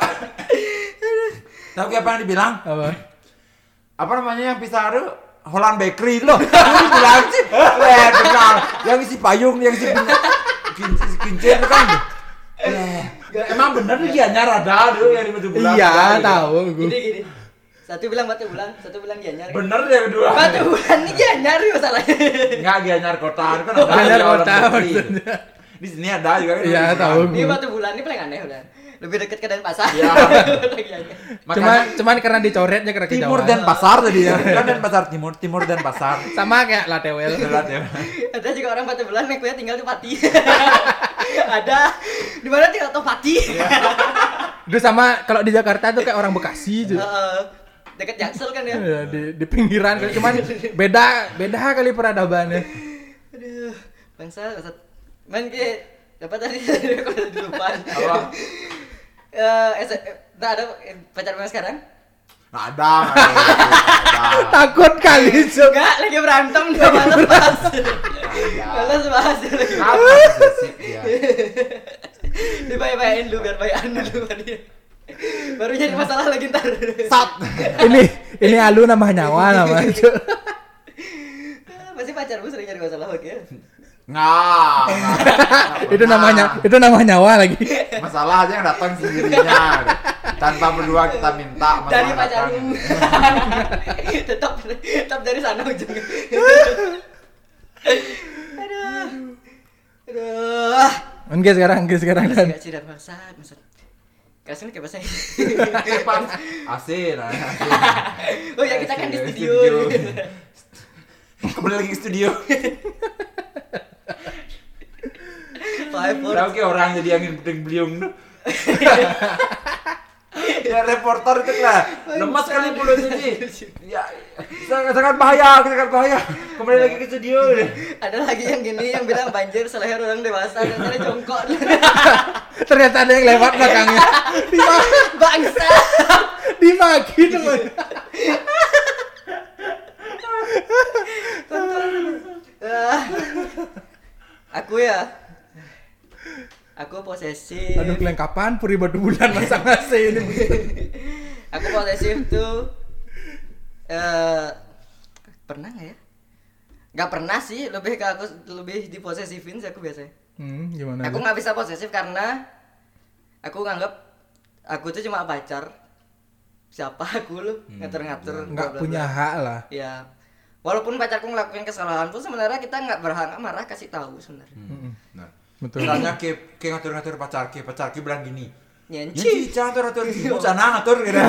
Tahu apa yang dibilang? Apa? Apa namanya yang pisah itu? Holland Bakery loh. Itu dibilang sih. Wah, benar. Yang isi payung, yang isi kincir, kincir kan. Emang bener nih Gianyar ada tuh yang di bulan. Iya, tahu gue. Gini gini. Satu bilang batu bulan, satu bilang Gianyar. Bener deh kedua. Batu bulan ini Gianyar masalahnya. Enggak Gianyar kota kan ada. Gianyar di kota Holland Bakery. maksudnya. Di sini ada juga kan. Iya, tahu. Ini batu bulan ini paling aneh udah. Lebih dekat ke Denpasar. Iya. Cuman cuman karena dicoretnya karena kejauhan. Timur dan Pasar tadi ya. Kan Denpasar Timur, Timur dan Pasar. Sama kayak Latewel. Jelas ya. Ada juga orang batu bulan yang tinggal di Pati. Ada di mana tinggal tuh Pati. Itu sama kalau di Jakarta tuh kayak orang Bekasi gitu. Heeh. Dekat Jaksel kan ya. Ya, di di pinggiran cuman beda beda kali peradabannya. Aduh, bangsa, bangsa. Main ke apa tadi kalau di depan. Apa? Eh, enggak ada pacar mana sekarang? Nggak ada. nggak ada. Takut kali so. Enggak, lagi berantem dia malas bahas. Malas bahas dia lagi. Apa sih dia? Dibayar-bayarin dulu biar bayaran dulu sama dia. Baru jadi masalah lagi ntar. Sat. Ini ini alu nama nyawa nama itu. Pasti pacarmu sering nyari masalah oke. Nggak. Itu namanya itu nama nyawa lagi. Masalah aja yang datang sendirinya. Tanpa berdua kita minta masalah Dari datang. pacarmu. tetap tetap dari sana ujungnya. Aduh. Aduh. Enggak sekarang, enggak sekarang kan. Enggak sih dan maksud maksud. Kasih kayak bahasa. Pas asin, asin. Oh ya kita kan di studio. Kembali lagi ke studio. Five four. Tahu kayak orang jadi angin puting beliung tuh. Ya reporter itu lah. Lemas kali mulut ini. Ya sangat sangat bahaya, sangat bahaya. Kembali lagi ke studio. Ada lagi yang gini yang bilang banjir seleher orang dewasa dan saya jongkok. Ternyata ada yang lewat belakangnya. Bangsa. Dimaki teman. Ah. Aku ya. Aku posesif. Aduh kelengkapan puri batu bulan masang-masang ini. Aku posesif tuh eh pernah nggak ya? Nggak pernah sih, lebih ke aku lebih diposesifin sih aku biasanya. Hmm, gimana? Aku nggak bisa posesif karena aku nganggap aku tuh cuma pacar. Siapa aku lu ngatur-ngatur Enggak bla, bla, punya bla. hak lah. Ya. Walaupun pacarku ngelakuin kesalahan pun sebenarnya kita nggak berhak marah kasih tahu sebenarnya. Mm-mm. Nah, Betul. misalnya kayak kayak ngatur-ngatur pacar ke, pacar ke bilang gini. Nyenci. Nyenci, jangan ngatur-ngatur. Mau sana ngatur gitu.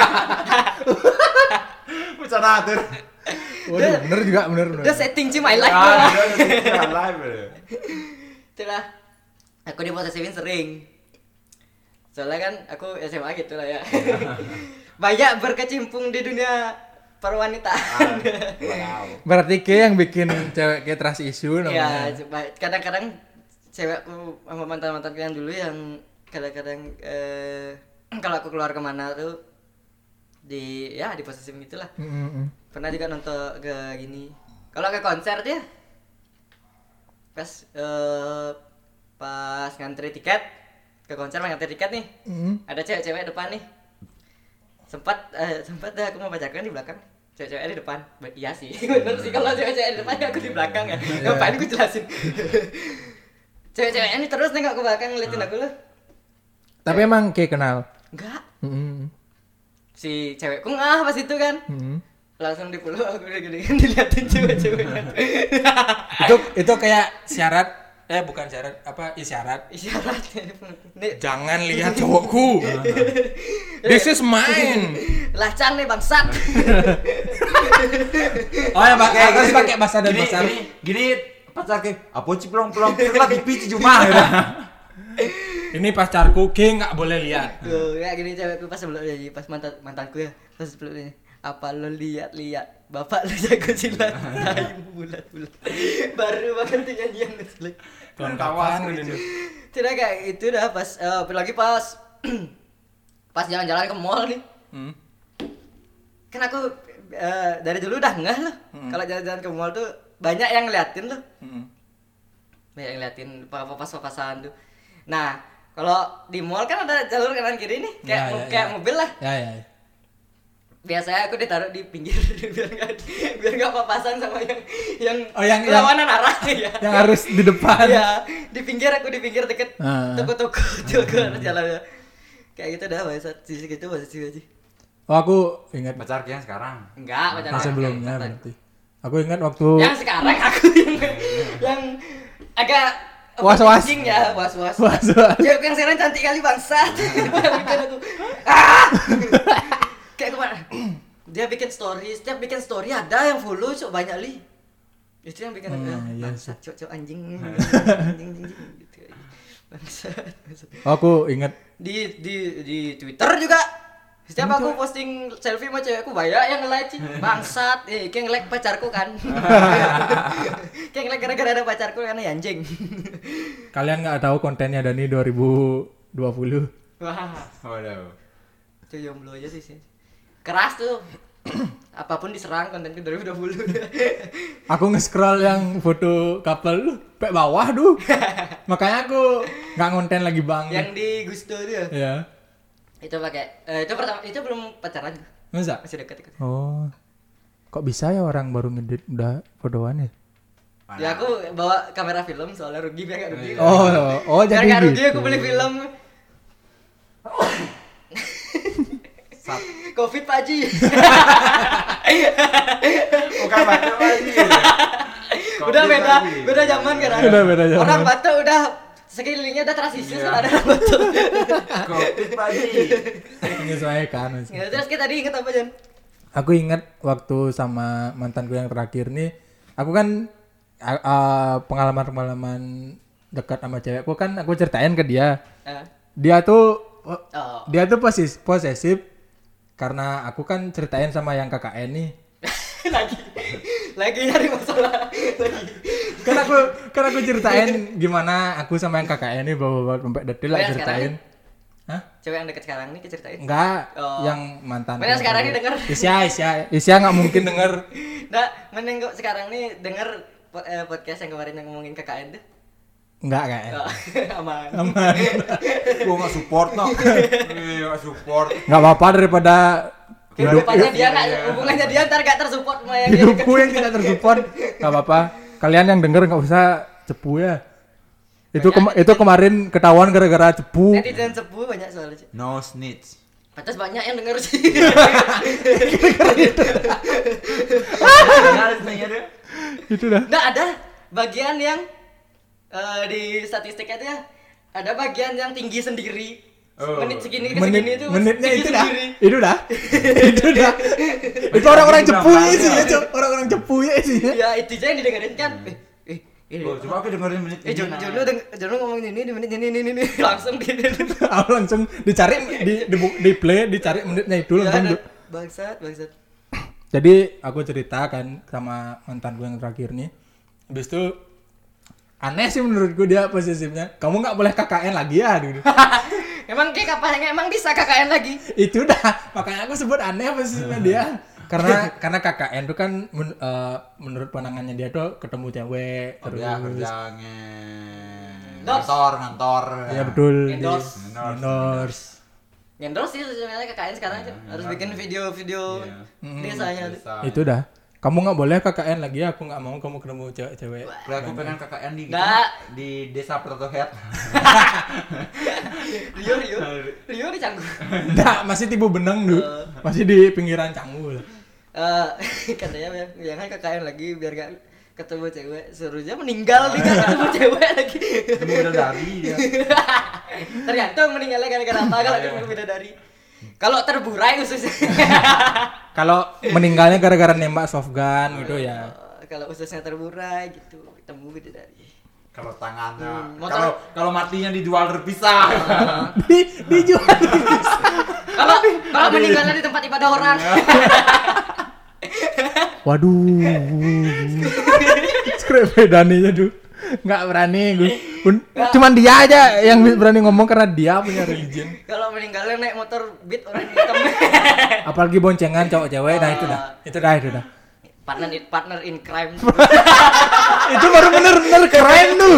Mau sana ngatur. Waduh, bener juga, bener bener. Udah setting sih my life. Ah, dia udah setting live. Itulah. Aku diposesifin sering. Soalnya kan aku S M A gitu lah ya. Banyak berkecimpung di dunia perwanitaan. Wow. Berarti kayak yang bikin cewek kayak trust issue Ya, namanya. coba- kadang-kadang cewekku sama mantan-mantanku yang dulu yang kadang-kadang eh, kalau aku keluar kemana tuh di ya di posesif gitulah. Mm-mm. Pernah juga nonton ke gini. Kalau ke konser dia pas eh, pas ngantri tiket ke konser ngantri tiket nih. Mm. Ada cewek-cewek depan nih. Sempat eh, sempat dah aku mau bacakan di belakang. Cewek-cewek di depan. Ba- Iya sih. Bener sih kalau cewek-cewek di depan ya aku di belakang ya. Ngapain aku jelasin. Cewek-ceweknya ini terus nengok ke belakang ngeliatin aku loh. Tapi emang kayak kenal. Enggak. Mm-mm. Si cewekku ngah pas itu kan. Mm-mm. Langsung dipeluk aku udah gini diliatin cewek-ceweknya. Itu itu kayak syarat eh bukan syarat apa isyarat. Isyaratnya nih. Jangan lihat cowokku. This is mine. Lacan nih bangsat. Oh ya pakai harus pakai bahasa dan Gini, bahasa. gini, gini pacar ke apa sih pelong-pelong lah T V cuma gitu. Ini pacarku, ke nggak boleh lihat. Tuh, kayak gini cewekku pas sebelum jadi pas mantan mantanku ya. Pas sebelumnya. Apa lo lihat-lihat bapak lo jago silat tahu bulat-bulat baru makan tuh nyanyian ngeselek Kawan-kawan gitu. tidak kayak itu dah pas uh, lagi pas pas jalan-jalan ke mall nih Hmm. kan aku uh, dari dulu udah ngeh loh Hmm. kalau jalan-jalan ke mall tuh banyak yang ngeliatin loh Hmm. banyak yang ngeliatin papas-papasan tuh nah kalau di mall kan ada jalur kanan kiri nih kayak Ya, ya, kayak ya. mobil lah Ya ya. ya. biasanya aku ditaruh di pinggir biar nggak biar nggak papasan sama yang yang Oh, yang- berlawanan arah ya Yang harus di depan. Iya, di pinggir aku di pinggir deket Ah. toko-toko toko harus jalan kayak gitu dah bahasa sisi gitu bahasa sih aja Oh aku ingat Pacar yang sekarang. enggak macam yang sebelumnya berarti. Aku ingat waktu yang sekarang aku yang yang agak Was-was. overthinking ya was-was Was-was. ya yang sekarang cantik kali bangsat bikin aku ah kayak kemana dia bikin story setiap bikin story ada yang follow cok banyak li itu yang bikin aku Hmm, ah, iya bangsat sih. cok cok anjing anjing anjing gitu bangsat bangsat. Oh, aku ingat di di di Twitter juga setiap aku posting selfie sama cewekku banyak yang nge-like sih bangsat eh kayak nge-like pacarku kan kayak nge-like gara-gara ada pacarku karena anjing kalian nggak tahu kontennya Dani dua ribu dua puluh. wah Waduh. itu jomblo aja sih sih keras tuh apapun diserang kontenku dua ribu dua puluh Aku nge-scroll yang foto couple lu pe bawah tuh. Makanya aku nggak ngonten lagi bang. yang di Gusto dia Ya. itu pakai eh, itu pertama itu belum pacaran Masa? masih dekat dekat Oh. Kok bisa ya orang baru ngedit udah fotoan ya? ya aku bawa kamera film soalnya rugi biar gak rugi Oh, oh biar jadi gak rugi gitu. aku beli film Sat. Covid Pak Haji Bukan baca lagi. udah beda beda zaman kan Udah beda zaman. orang Batak udah sekelilingnya udah transisi Iya. kalau ada orang Batak Covid pagi. Menyesuaikan. ya, terus kita tadi inget apa Jan? Aku ingat waktu sama mantanku yang terakhir nih, aku kan uh, uh, pengalaman-pengalaman dekat sama cewekku kan aku ceritain ke dia. Eh, Dia tuh uh, oh dia tuh posis posesif karena aku kan ceritain sama yang K K N nih. lagi lagi nyari masalah lagi Kan aku kan aku ceritain gimana aku sama yang K K N nih bawa-bawa sampai detail lah Oh, yang ceritain. Hah? cewek yang deket sekarang nih ceritain Enggak, Oh. yang mantan. Mana sekarang ini denger? Isya, Isya, Isya nggak mungkin denger. nah mending kok sekarang nih denger po- eh, podcast yang kemarin yang ngomongin K K N tuh Enggak kayaknya. oh, aman Aman. Gua enggak support no. Iya, enggak support. Nggak apa-apa daripada hidup kehidupannya dia nggak hubungannya dia ntar gak tersupport sama yang dia deket. hidupku yang tidak tersupport. Nggak apa-apa. Kalian yang denger nggak usah cepu ya. Itu kema- itu kemarin ketahuan gara-gara cepu. netizen sepuh banyak soalnya sih No snitch. pantas banyak yang denger sih Benar sebenarnya dia. Itu dah. nah ada bagian yang eh, di statistiknya tuh ya ada bagian yang tinggi sendiri Oh. menit segini ke Menit, segini tuh menitnya tinggi itu dah. sendiri. Itu dah. Itu dah. Itu orang-orang cepu ya sih, ya, orang-orang cepu ya sih. ya itu aja yang didengerin kan eh eh ini Oh, coba aku dengerin menit eh ini, Jono nah. Jono deng- Jono ngomongin ini di menit ini ini ini langsung di Aku langsung dicari di di, di play dicari menitnya itu ya, langsung. ada- bangsat bangsat Jadi aku ceritakan sama mantanku yang terakhir nih. Habis itu aneh sih menurutku dia posesifnya. Kamu nggak boleh K K N lagi ya gitu. emang kayak kapalnya emang bisa K K N lagi Itu dah. Makanya aku sebut aneh posesifnya dia. Karena karena K K N tuh kan men- eh, menurut pandangannya dia tuh ketemu cewek Oh, terus. dia kerjanya Dos. ngantor, ngantor. Ya betul. di- Endorse. Endorse. endorse sih sebenarnya K K N sekarang aja harus bikin video-video Iya. desanya tuh. Bisa. Itu dah. Kamu nggak boleh K K N lagi, aku nggak mau kamu ketemu cewek-cewek. Kalau aku pengen K K N di Nggak. di desa Proto Head. Rio Rio Rio di Canggu Nggak, masih tibu benang dulu. Masih di pinggiran Canggu. Eh, katanya ya, jangan K K N lagi biar gak ketemu cewek suruhnya meninggal nih kan ketemu cewek lagi Ketemu bidadari dia. tergantung meninggalnya gara-gara apa kalau ketemu bidadari kalau terburai khususnya Kalau meninggalnya gara-gara nembak soft gun gitu ya. Eh, kalau khususnya terburai gitu ketemu bidadari Kalau tangannya, Hmm, motor- kalau kalau matinya dijual terpisah. Di dijual. kalau Kalau meninggalnya di tempat ibadah orang. Waduh. Skrip bedanya tuh. Nggak berani gue. Un- Cuman dia aja yang berani ngomong karena dia punya religion. Kalau meninggalnya naik motor beat orang hitam. Apalagi boncengan cowok cewek, nah itu dah. Itu dah, itu dah. partner in, partner in crime. Itu baru bener-bener keren tuh.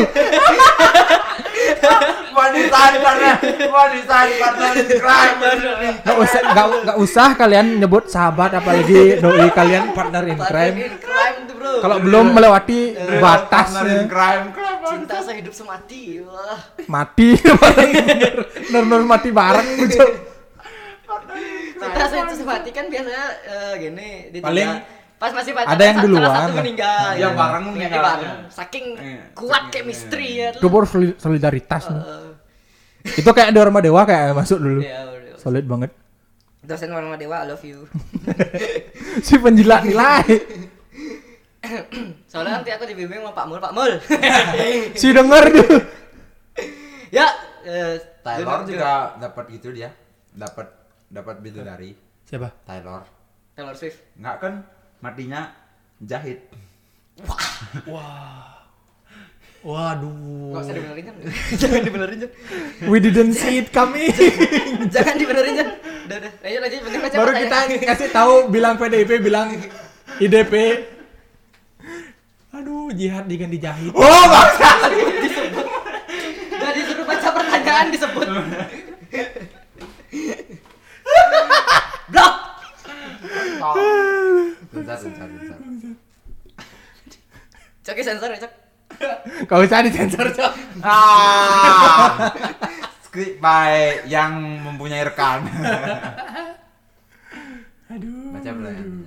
Wanita partner, wanita partner in crime. Nggak usah, nggak, nggak usah kalian nyebut sahabat apalagi doi kalian partner in Partner crime. in crime tuh bro. Kalau belum melewati Partner in batasnya crime. Kenapa? Cinta sehidup semati. Wah. mati, bener-bener mati bareng gitu. Cinta sehidup semati kan biasanya eh, gini ditunda. Paling pas masih pacaran ada yang salah duluan satu lah. meninggal. Yang ya. bareng Meninggal meninggal. bareng. Saking Iya. kuat Saking- chemistry iya. ya. Itu baru soli- solidaritas nih. Eh, Itu kayak di Orma Dewa kayak masuk dulu. ya udah. Solid banget. Dosen Warma Dewa, I love you. Si penjilat nilai. Soalnya nanti aku dibimbing sama Pak Mul, Pak Mul. Si denger tuh. Ya, eh, Taylor duduk- juga dapat gitu dia. Dapat dapat bidadari. Siapa? Taylor. Taylor Swift. Enggak kan matinya jahit. Waduh. Enggak usah dibenerin kan? Jangan dibenerin kan? We didn't see it coming. Jangan dibenerin kan? Udah, udah. Ayo lanjut, penting baca Baru kita pertanyaan. kasih tahu bilang P D I P bilang I D P. Aduh, jihad diganti jahit. Oh, bangsa. Udah disuruh baca pertanyaan disebut. Blok. Bentar, bentar, bentar. Coki sensor ya, Cok. Kau usah disensor, Cok. Ah. Skrip by yang mempunyai rekan. Aduh. Baca pertanyaan.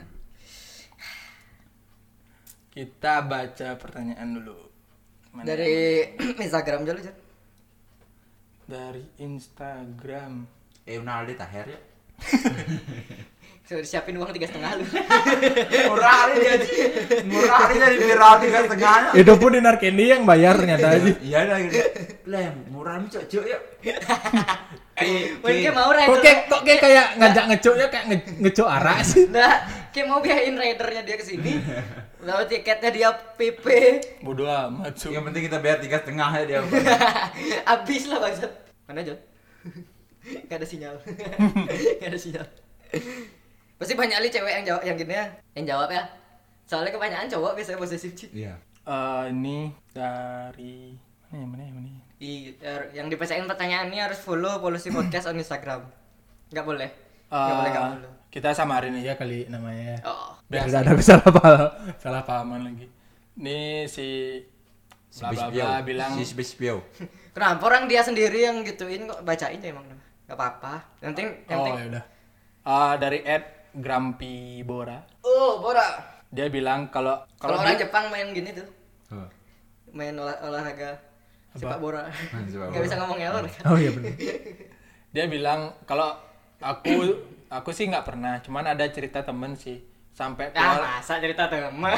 Kita baca pertanyaan dulu. Mana Dari Instagram dulu, Cok. Dari Instagram. Eh, Unaldi Taher ya. Sudah disiapin uang tiga setengah lu. Murah nih dia. Murah nih dari viral tiga setengahnya. Itu pun Dinar Candy yang bayar ternyata aja. Iya dah gitu. Lem, murah nih cocok ya. Mungkin mau Kok rider. kayak kok kayak kayak ngajak ngecoknya kayak nge- ngecok arah sih. Nah, kayak mau biayain ridernya dia ke sini. Lalu tiketnya dia P P. Bodoh amat, Cuk. Yang penting kita bayar tiga setengah ya dia. Habis lah bangsat. Mana Jon? Gak ada sinyal. Gak ada sinyal. Pasti banyak kali cewek yang jawab yang gini ya, yang jawab ya. Soalnya kebanyakan cowok biasanya posesif sih. Iya. Eh, ini dari mana ya, mana ya, mana ya? I, er, yang dibacain pertanyaannya harus follow Polusi Podcast on Instagram. Enggak boleh. Enggak boleh enggak Eh, follow. kita samarin aja kali namanya. Oh, Biar tidak ada salah paham, salah pahaman lagi. Ini si bla bla bla bilang si Bispio. kenapa orang dia sendiri yang gituin kok bacain ya emang? Enggak apa-apa. Yang penting yang oh penting. ya udah. Eh, dari Ed Grumpy Bora. Oh, Bora. Dia bilang kalau Kalau kalau orang dia- Jepang main gini tuh, Oh. main olah, olahraga sepak bola. sepak Enggak bola. bisa ngomong ya kan? Oh iya benar. Dia bilang kalau aku aku sih nggak pernah, cuman ada cerita temen sih sampai Ah, keluar. masa cerita teman.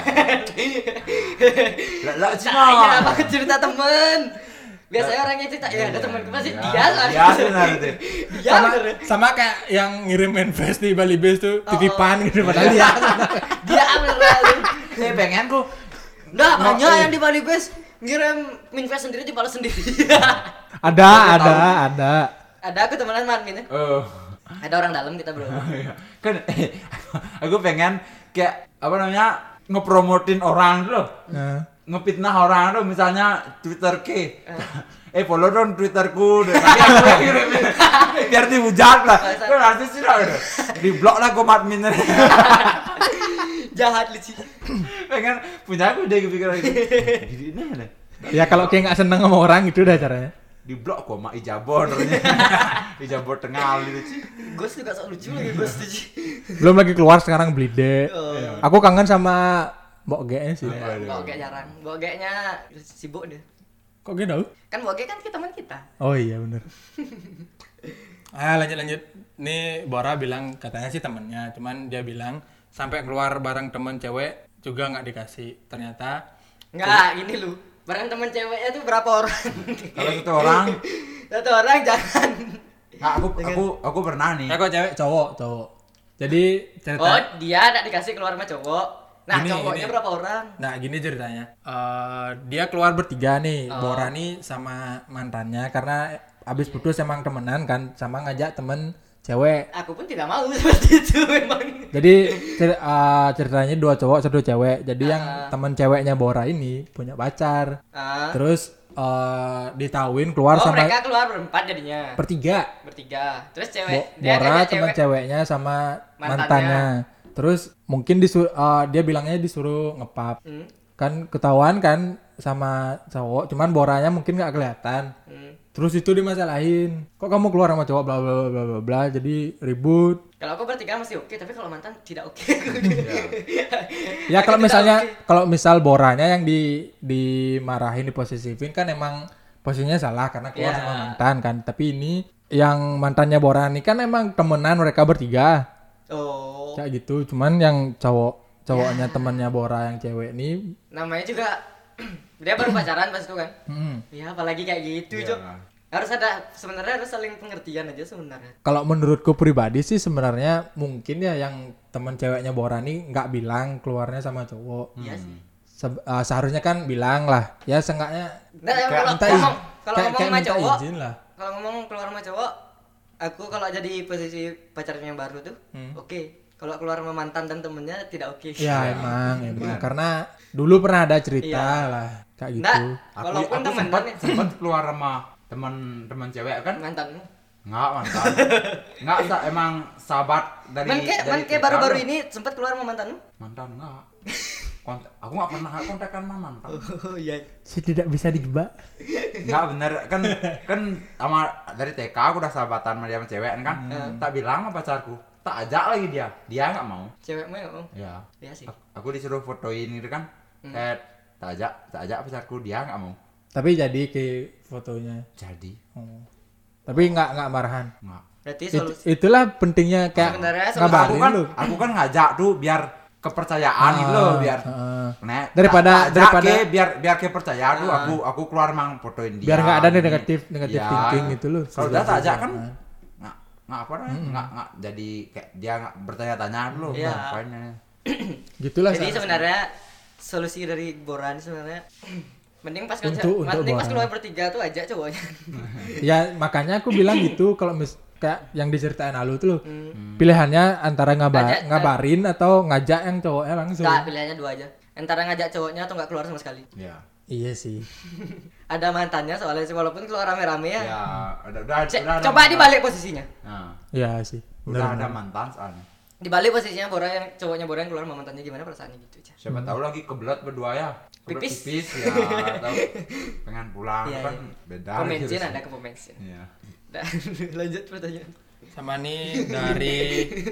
Lah lah Saya apa cerita teman? Biasanya orangnya cerita, ya ada temanku pasti Ya, dia lah. dia benar itu. Dia sama bener. sama kayak yang ngirim invest di Bali Base tuh Oh, titipan oh. gitu padahal dia. Dia beneran. Eh pengen ku. Udah Nggak, banyak eh. yang di Bali Base ngirim invest sendiri dibalas sendiri. Ada, ada, ada. Ada aku temenan man gitu. Oh. Ada orang dalam kita bro. Iya. Kan eh, aku pengen kayak apa namanya ngepromotin orang loh. Nah. Ngefitnah orang tuh misalnya Twitter ke. Eh follow dong Twitterku deh. Nanti aku yang ngirimin. Biar dihujat lah. Kan artis sih lah. Di blok lah gue adminnya. Jahat lu sih. Pengen punya aku udah kepikiran gitu. Gini nih. Ya kalau kayak nggak seneng sama orang itu udah caranya. Di blok kok mak ijabor ternyata. Ijabor tengah gitu sih. Ghost juga sok lucu lagi Ghost tuh. Belum lagi keluar sekarang Blide. Oh. Aku kangen sama Mbok G-nya sih. Bawa gek jarang. Bawa geknya sibuk dia. Kok gitu? Kan bawa gek kan kita teman kita. Oh iya bener. Ah lanjut lanjut. Nih Bora bilang katanya sih temennya, cuman dia bilang sampai keluar bareng temen cewek juga nggak dikasih. Ternyata Enggak, gini lu. Barang teman ceweknya tuh berapa orang? Kalau satu orang Satu orang jangan. Nggak, aku aku aku pernah nih. Eh kok cewek cowok cowok. Jadi cerita. Oh, dia enggak dikasih keluar sama cowok. Nah, Gini, cowoknya gini. berapa orang? Nah gini ceritanya. Eh dia keluar bertiga nih. Oh. Bora nih sama mantannya karena abis putus emang temenan kan, sama ngajak temen cewek. Aku pun tidak mau seperti itu memang. Jadi cer- uh, ceritanya dua cowok satu cewek. Jadi yang Ah. temen ceweknya Bora ini punya pacar. Ah. Terus uh, ditahuin keluar Oh, sama mereka keluar berempat jadinya. bertiga. Bertiga. Terus Bo- cewek dia Bora ngajak teman cewek. ceweknya sama Mantannya. mantannya. Terus mungkin disuruh uh, dia bilangnya disuruh ngepap. Hmm. Kan ketahuan kan sama cowok, cuman Boranya mungkin nggak kelihatan. Hmm. Terus itu dimasalahin. Kok kamu keluar sama cowok bla bla bla bla bla. Jadi ribut. Kalau aku bertiga masih oke, tapi kalau mantan tidak oke. Ya Aku kalau tidak misalnya oke. kalau misal Boranya yang di dimarahin diposesifin kan emang posisinya salah karena keluar Ya. sama mantan kan. Tapi ini yang mantannya Bora ini kan emang temenan mereka bertiga. Oh. Kayak gitu. Cuman yang cowok cowoknya temannya Bora yang cewek ini Namanya juga dia baru pacaran pas itu kan. hmm, Ya, apalagi kayak gitu, Iya. Cok. Harus ada sebenarnya harus saling pengertian aja sebenarnya. kalau menurutku pribadi sih sebenarnya mungkin ya yang teman ceweknya Bora ini nggak bilang keluarnya sama cowok. Iya sih. Se- uh, seharusnya kan bilang lah. Ya seenggaknya Nah, kayak kalau minta ngomong iz- kalau kayak- ngomong kayak sama minta cowok, izin lah. kalau ngomong keluar sama cowok, aku kalau jadi posisi pacarnya yang baru tuh, Hmm. oke. Kalau keluar sama mantan dan temennya tidak oke. Ya emang, emang. Karena dulu pernah ada cerita Iya. lah kayak gitu. Nah, Aku walaupun aku temenan sempat ya, sempat keluar sama teman-teman cewek kan. mantanmu. Enggak, mantan. Enggak, sa- emang sahabat dari Man kayak dari man kayak T K baru-baru loh. ini sempat keluar sama mantanmu? Mantan enggak. Kontak, aku enggak pernah kontakkan sama mantan. Oh iya. Saya tidak bisa dijebak. Enggak bener kan kan sama dari T K aku udah sahabatan sama dia sama cewek kan. Tak bilang sama pacarku, tak ajak lagi dia. Dia enggak mau. Cewekmu enggak mau? Ya. Iya sih. Aku- Aku disuruh fotoin gitu kan. Eh, tak ajak, tak ajak pacarku, dia enggak mau. Tapi jadi ke fotonya. Jadi Oh. Tapi nggak nggak marahan. enggak. Berarti It- solusi itulah pentingnya kayak Sebenarnya solusi- Aku ngabarin kan lu. aku kan ngajak tuh biar kepercayaan gitu loh, biar Ah, Nek, Daripada- tak- tak daripada- ajak ke, biar biar ke percaya tuh Ah. aku aku keluar mang fotoin dia. biar nggak ada negatif negatif Ya. thinking gitu loh. Kalau udah tak ajak kan Ah. nggak nggak apa namanya nggak nggak jadi kayak dia nggak bertanya-tanya dulu Iya. ngapain ya. Gitulah. Jadi seharusnya. sebenarnya solusi dari Boran sebenarnya mending pas Untuk- kerja, untuk mending pas Boran. keluar bertiga tuh aja cowoknya. Ya makanya aku bilang gitu kalau mis kayak yang diceritain Alu tuh loh. Hmm. Pilihannya antara ngaba Ngajak- ngabarin atau ngajak yang cowoknya langsung. Enggak, pilihannya dua aja. Antara ngajak cowoknya atau nggak keluar sama sekali. Ya. Iya sih. Ada mantannya soalnya sih walaupun keluar rame-rame ya. Ya, udah udah, Cek, udah ada coba mantan. dibalik posisinya. Nah, Iya sih. udah Benar. ada mantan soalnya. Dibalik posisinya Bora yang cowoknya Bora yang keluar sama mantannya gimana perasaannya gitu aja. Siapa tahu lagi kebelet berdua ya. Kebelet Pipis. pipis ya, tahu pengen pulang Iya, kan iya. beda. Komensin gitu. ada ke komensin. Iya. Dah, lanjut pertanyaan. Sama nih dari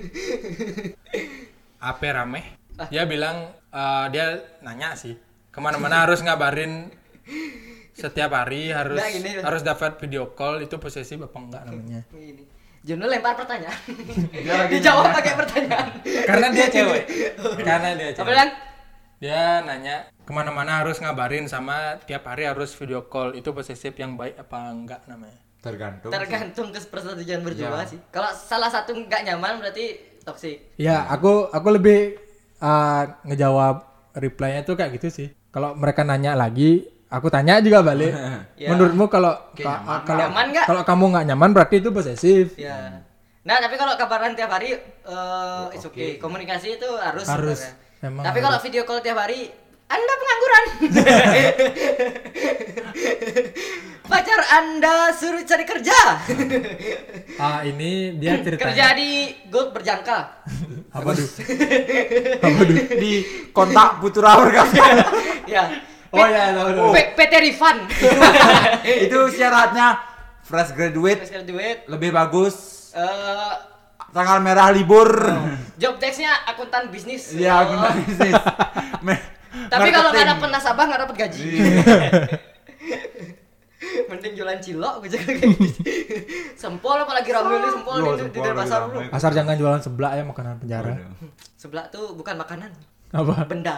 A P Rame. Dia bilang eh, dia nanya sih kemana-mana harus ngabarin setiap hari harus Nah, gini. harus dapat video call itu posesif apa enggak namanya? Ini. Juno lempar pertanyaan. Dia lagi Dijawab nanya. pakai pertanyaan. Karena dia cewek. Karena dia Apa cewek. bilang? Dia nanya kemana-mana harus ngabarin sama tiap hari harus video call itu posesif yang baik apa enggak namanya? Tergantung. Tergantung ke persetujuan berdua Iya. sih. Kalau salah satu nggak nyaman berarti toksik. Ya, aku aku lebih uh, ngejawab reply-nya tuh kayak gitu sih. Kalau mereka nanya lagi, aku tanya juga balik. Ya. Menurutmu kalau Oke, ka- nyaman kalau nggak? Nyaman nggak? kalau kamu nggak nyaman berarti itu posesif. Ya. Nah, tapi kalau kabaran tiap hari eh it's Oke. okay. Komunikasi itu harus Harus. sebenarnya. Emang Tapi kalau harus. video call tiap hari Anda pengangguran. Pacar Anda suruh cari kerja. Ah, ini dia ceritanya. Kerja di Gold berjangka. Apa tuh? Apa tuh? Di kontak Putra Berkasa. Ya. Oh ya, tahu tahu. P- PT Rifan. Itu syaratnya fresh graduate Fresh graduate. lebih bagus, Eh, tanggal merah libur. job desk-nya akuntan bisnis. Iya, Oh. guna bisnis. Me- Tapi kalau nggak marketing. dapet nasabah nggak dapet gaji. Iya. Mending jualan cilok gue jaga kayak gitu. Sempol apalagi ramai nih sempol Yo, di, di, sempol di pasar lagi lu. ramai. Asal jangan jualan seblak ya makanan penjara. Waduh. Sebelah tuh bukan makanan, Apa? benda.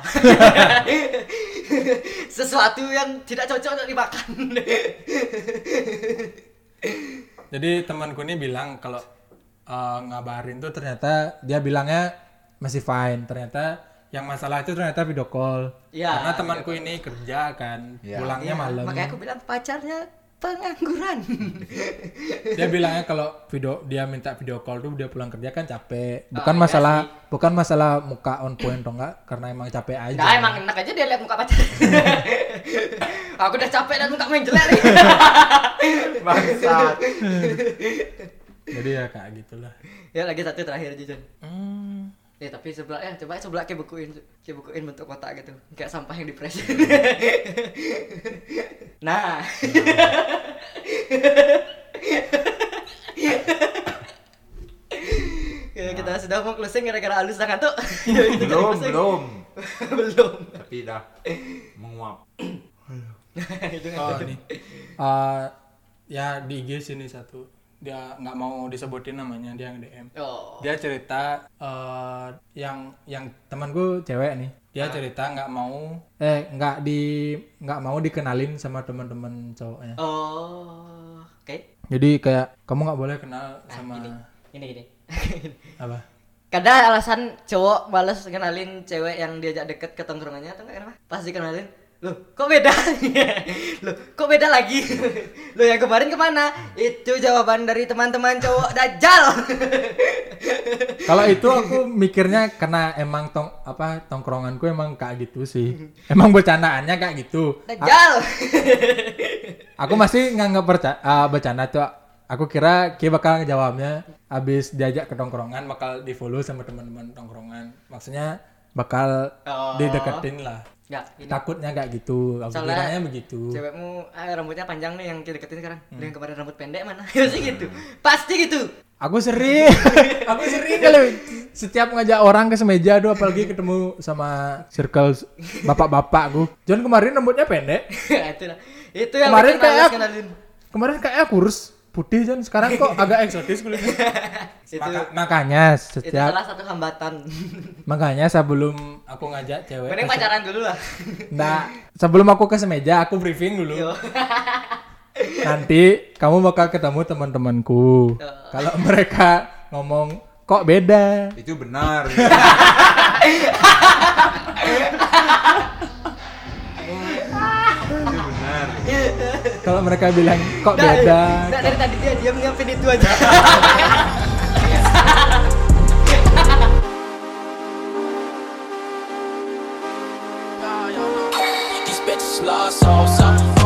Sesuatu yang tidak cocok untuk dimakan. Jadi temanku ini bilang kalau uh, ngabarin tuh ternyata dia bilangnya masih fine. Ternyata yang masalah itu ternyata video call. Ya, karena temanku ini kerja kan, Ya. pulangnya Iya, malam. Makanya aku bilang pacarnya pengangguran. Dia bilangnya kalau video dia minta video call tuh dia pulang kerja kan capek. Bukan iya masalah sih. bukan masalah muka on point atau enggak, karena emang capek aja. Nah emang enak aja dia lihat muka pacar. Aku udah capek dan muka main jelek nih. Bangsat. Jadi ya kayak gitulah. Ya lagi satu terakhir aja Jon. Hmm. Ya tapi sebelah ya coba sebelah kayak bukuin, kayak bukuin bentuk kotak gitu, kayak sampah yang dipresin. Nah. Ya, kita sudah mau closing gara-gara halus dah ngantuk. Ya, kita Belum, closing. belum. Belum. Tapi dah menguap. Itu Oh nih. Uh, ya di I G sini satu. Dia nggak mau disebutin namanya, dia yang D M. Oh. Dia cerita uh, yang yang temanku cewek nih. Dia cerita nggak mau eh nggak di nggak mau dikenalin sama teman-teman cowoknya. Oh. Oke. Jadi kayak kamu nggak boleh kenal Nah, sama gini. Gini gini. apa? Kadang alasan cowok males kenalin cewek yang diajak deket ke tongkrongannya atau enggak kenapa? Pas dikenalin, loh kok beda? Loh kok beda lagi? Loh yang kemarin kemana? Itu jawaban dari teman-teman cowok dajjal. Kalau itu aku mikirnya karena emang tong apa tongkronganku emang kayak gitu sih. Emang bercandaannya kayak gitu. Dajjal. Aku masih nganggap berca- uh, bercanda tuh. Aku kira Ki bakal ngejawabnya abis diajak ke tongkrongan bakal di follow sama teman-teman tongkrongan. Maksudnya bakal Oh. dideketin lah. Enggak, ini Takutnya kayak gitu. Aku Soalnya kiranya begitu. cewekmu ah, rambutnya panjang nih yang deketin sekarang. Lu yang kemarin rambut pendek mana? Pasti gitu. Pasti gitu. Aku sering, aku sering kalau setiap ngajak orang ke semeja tuh apalagi ketemu sama circle bapak-bapak aku. John kemarin rambutnya pendek. itu lah. Itu yang Kemarin bikin males kayak kenalin. Kemarin kayak kurus putih John, sekarang kok agak eksotis kulitnya. Itu Maka- makanya itu setiap salah satu hambatan. makanya sebelum aku ngajak cewek Mending ke se- pacaran dulu lah. Nah, sebelum aku ke semeja aku briefing dulu. Yo. Nanti kamu bakal ketemu teman-temanku. Kalau mereka ngomong kok beda, Itu benar. Itu benar. kalau mereka bilang kok Nggak, beda, nggak, dari tadi dia diam nyiapin itu aja. These bitches lost souls,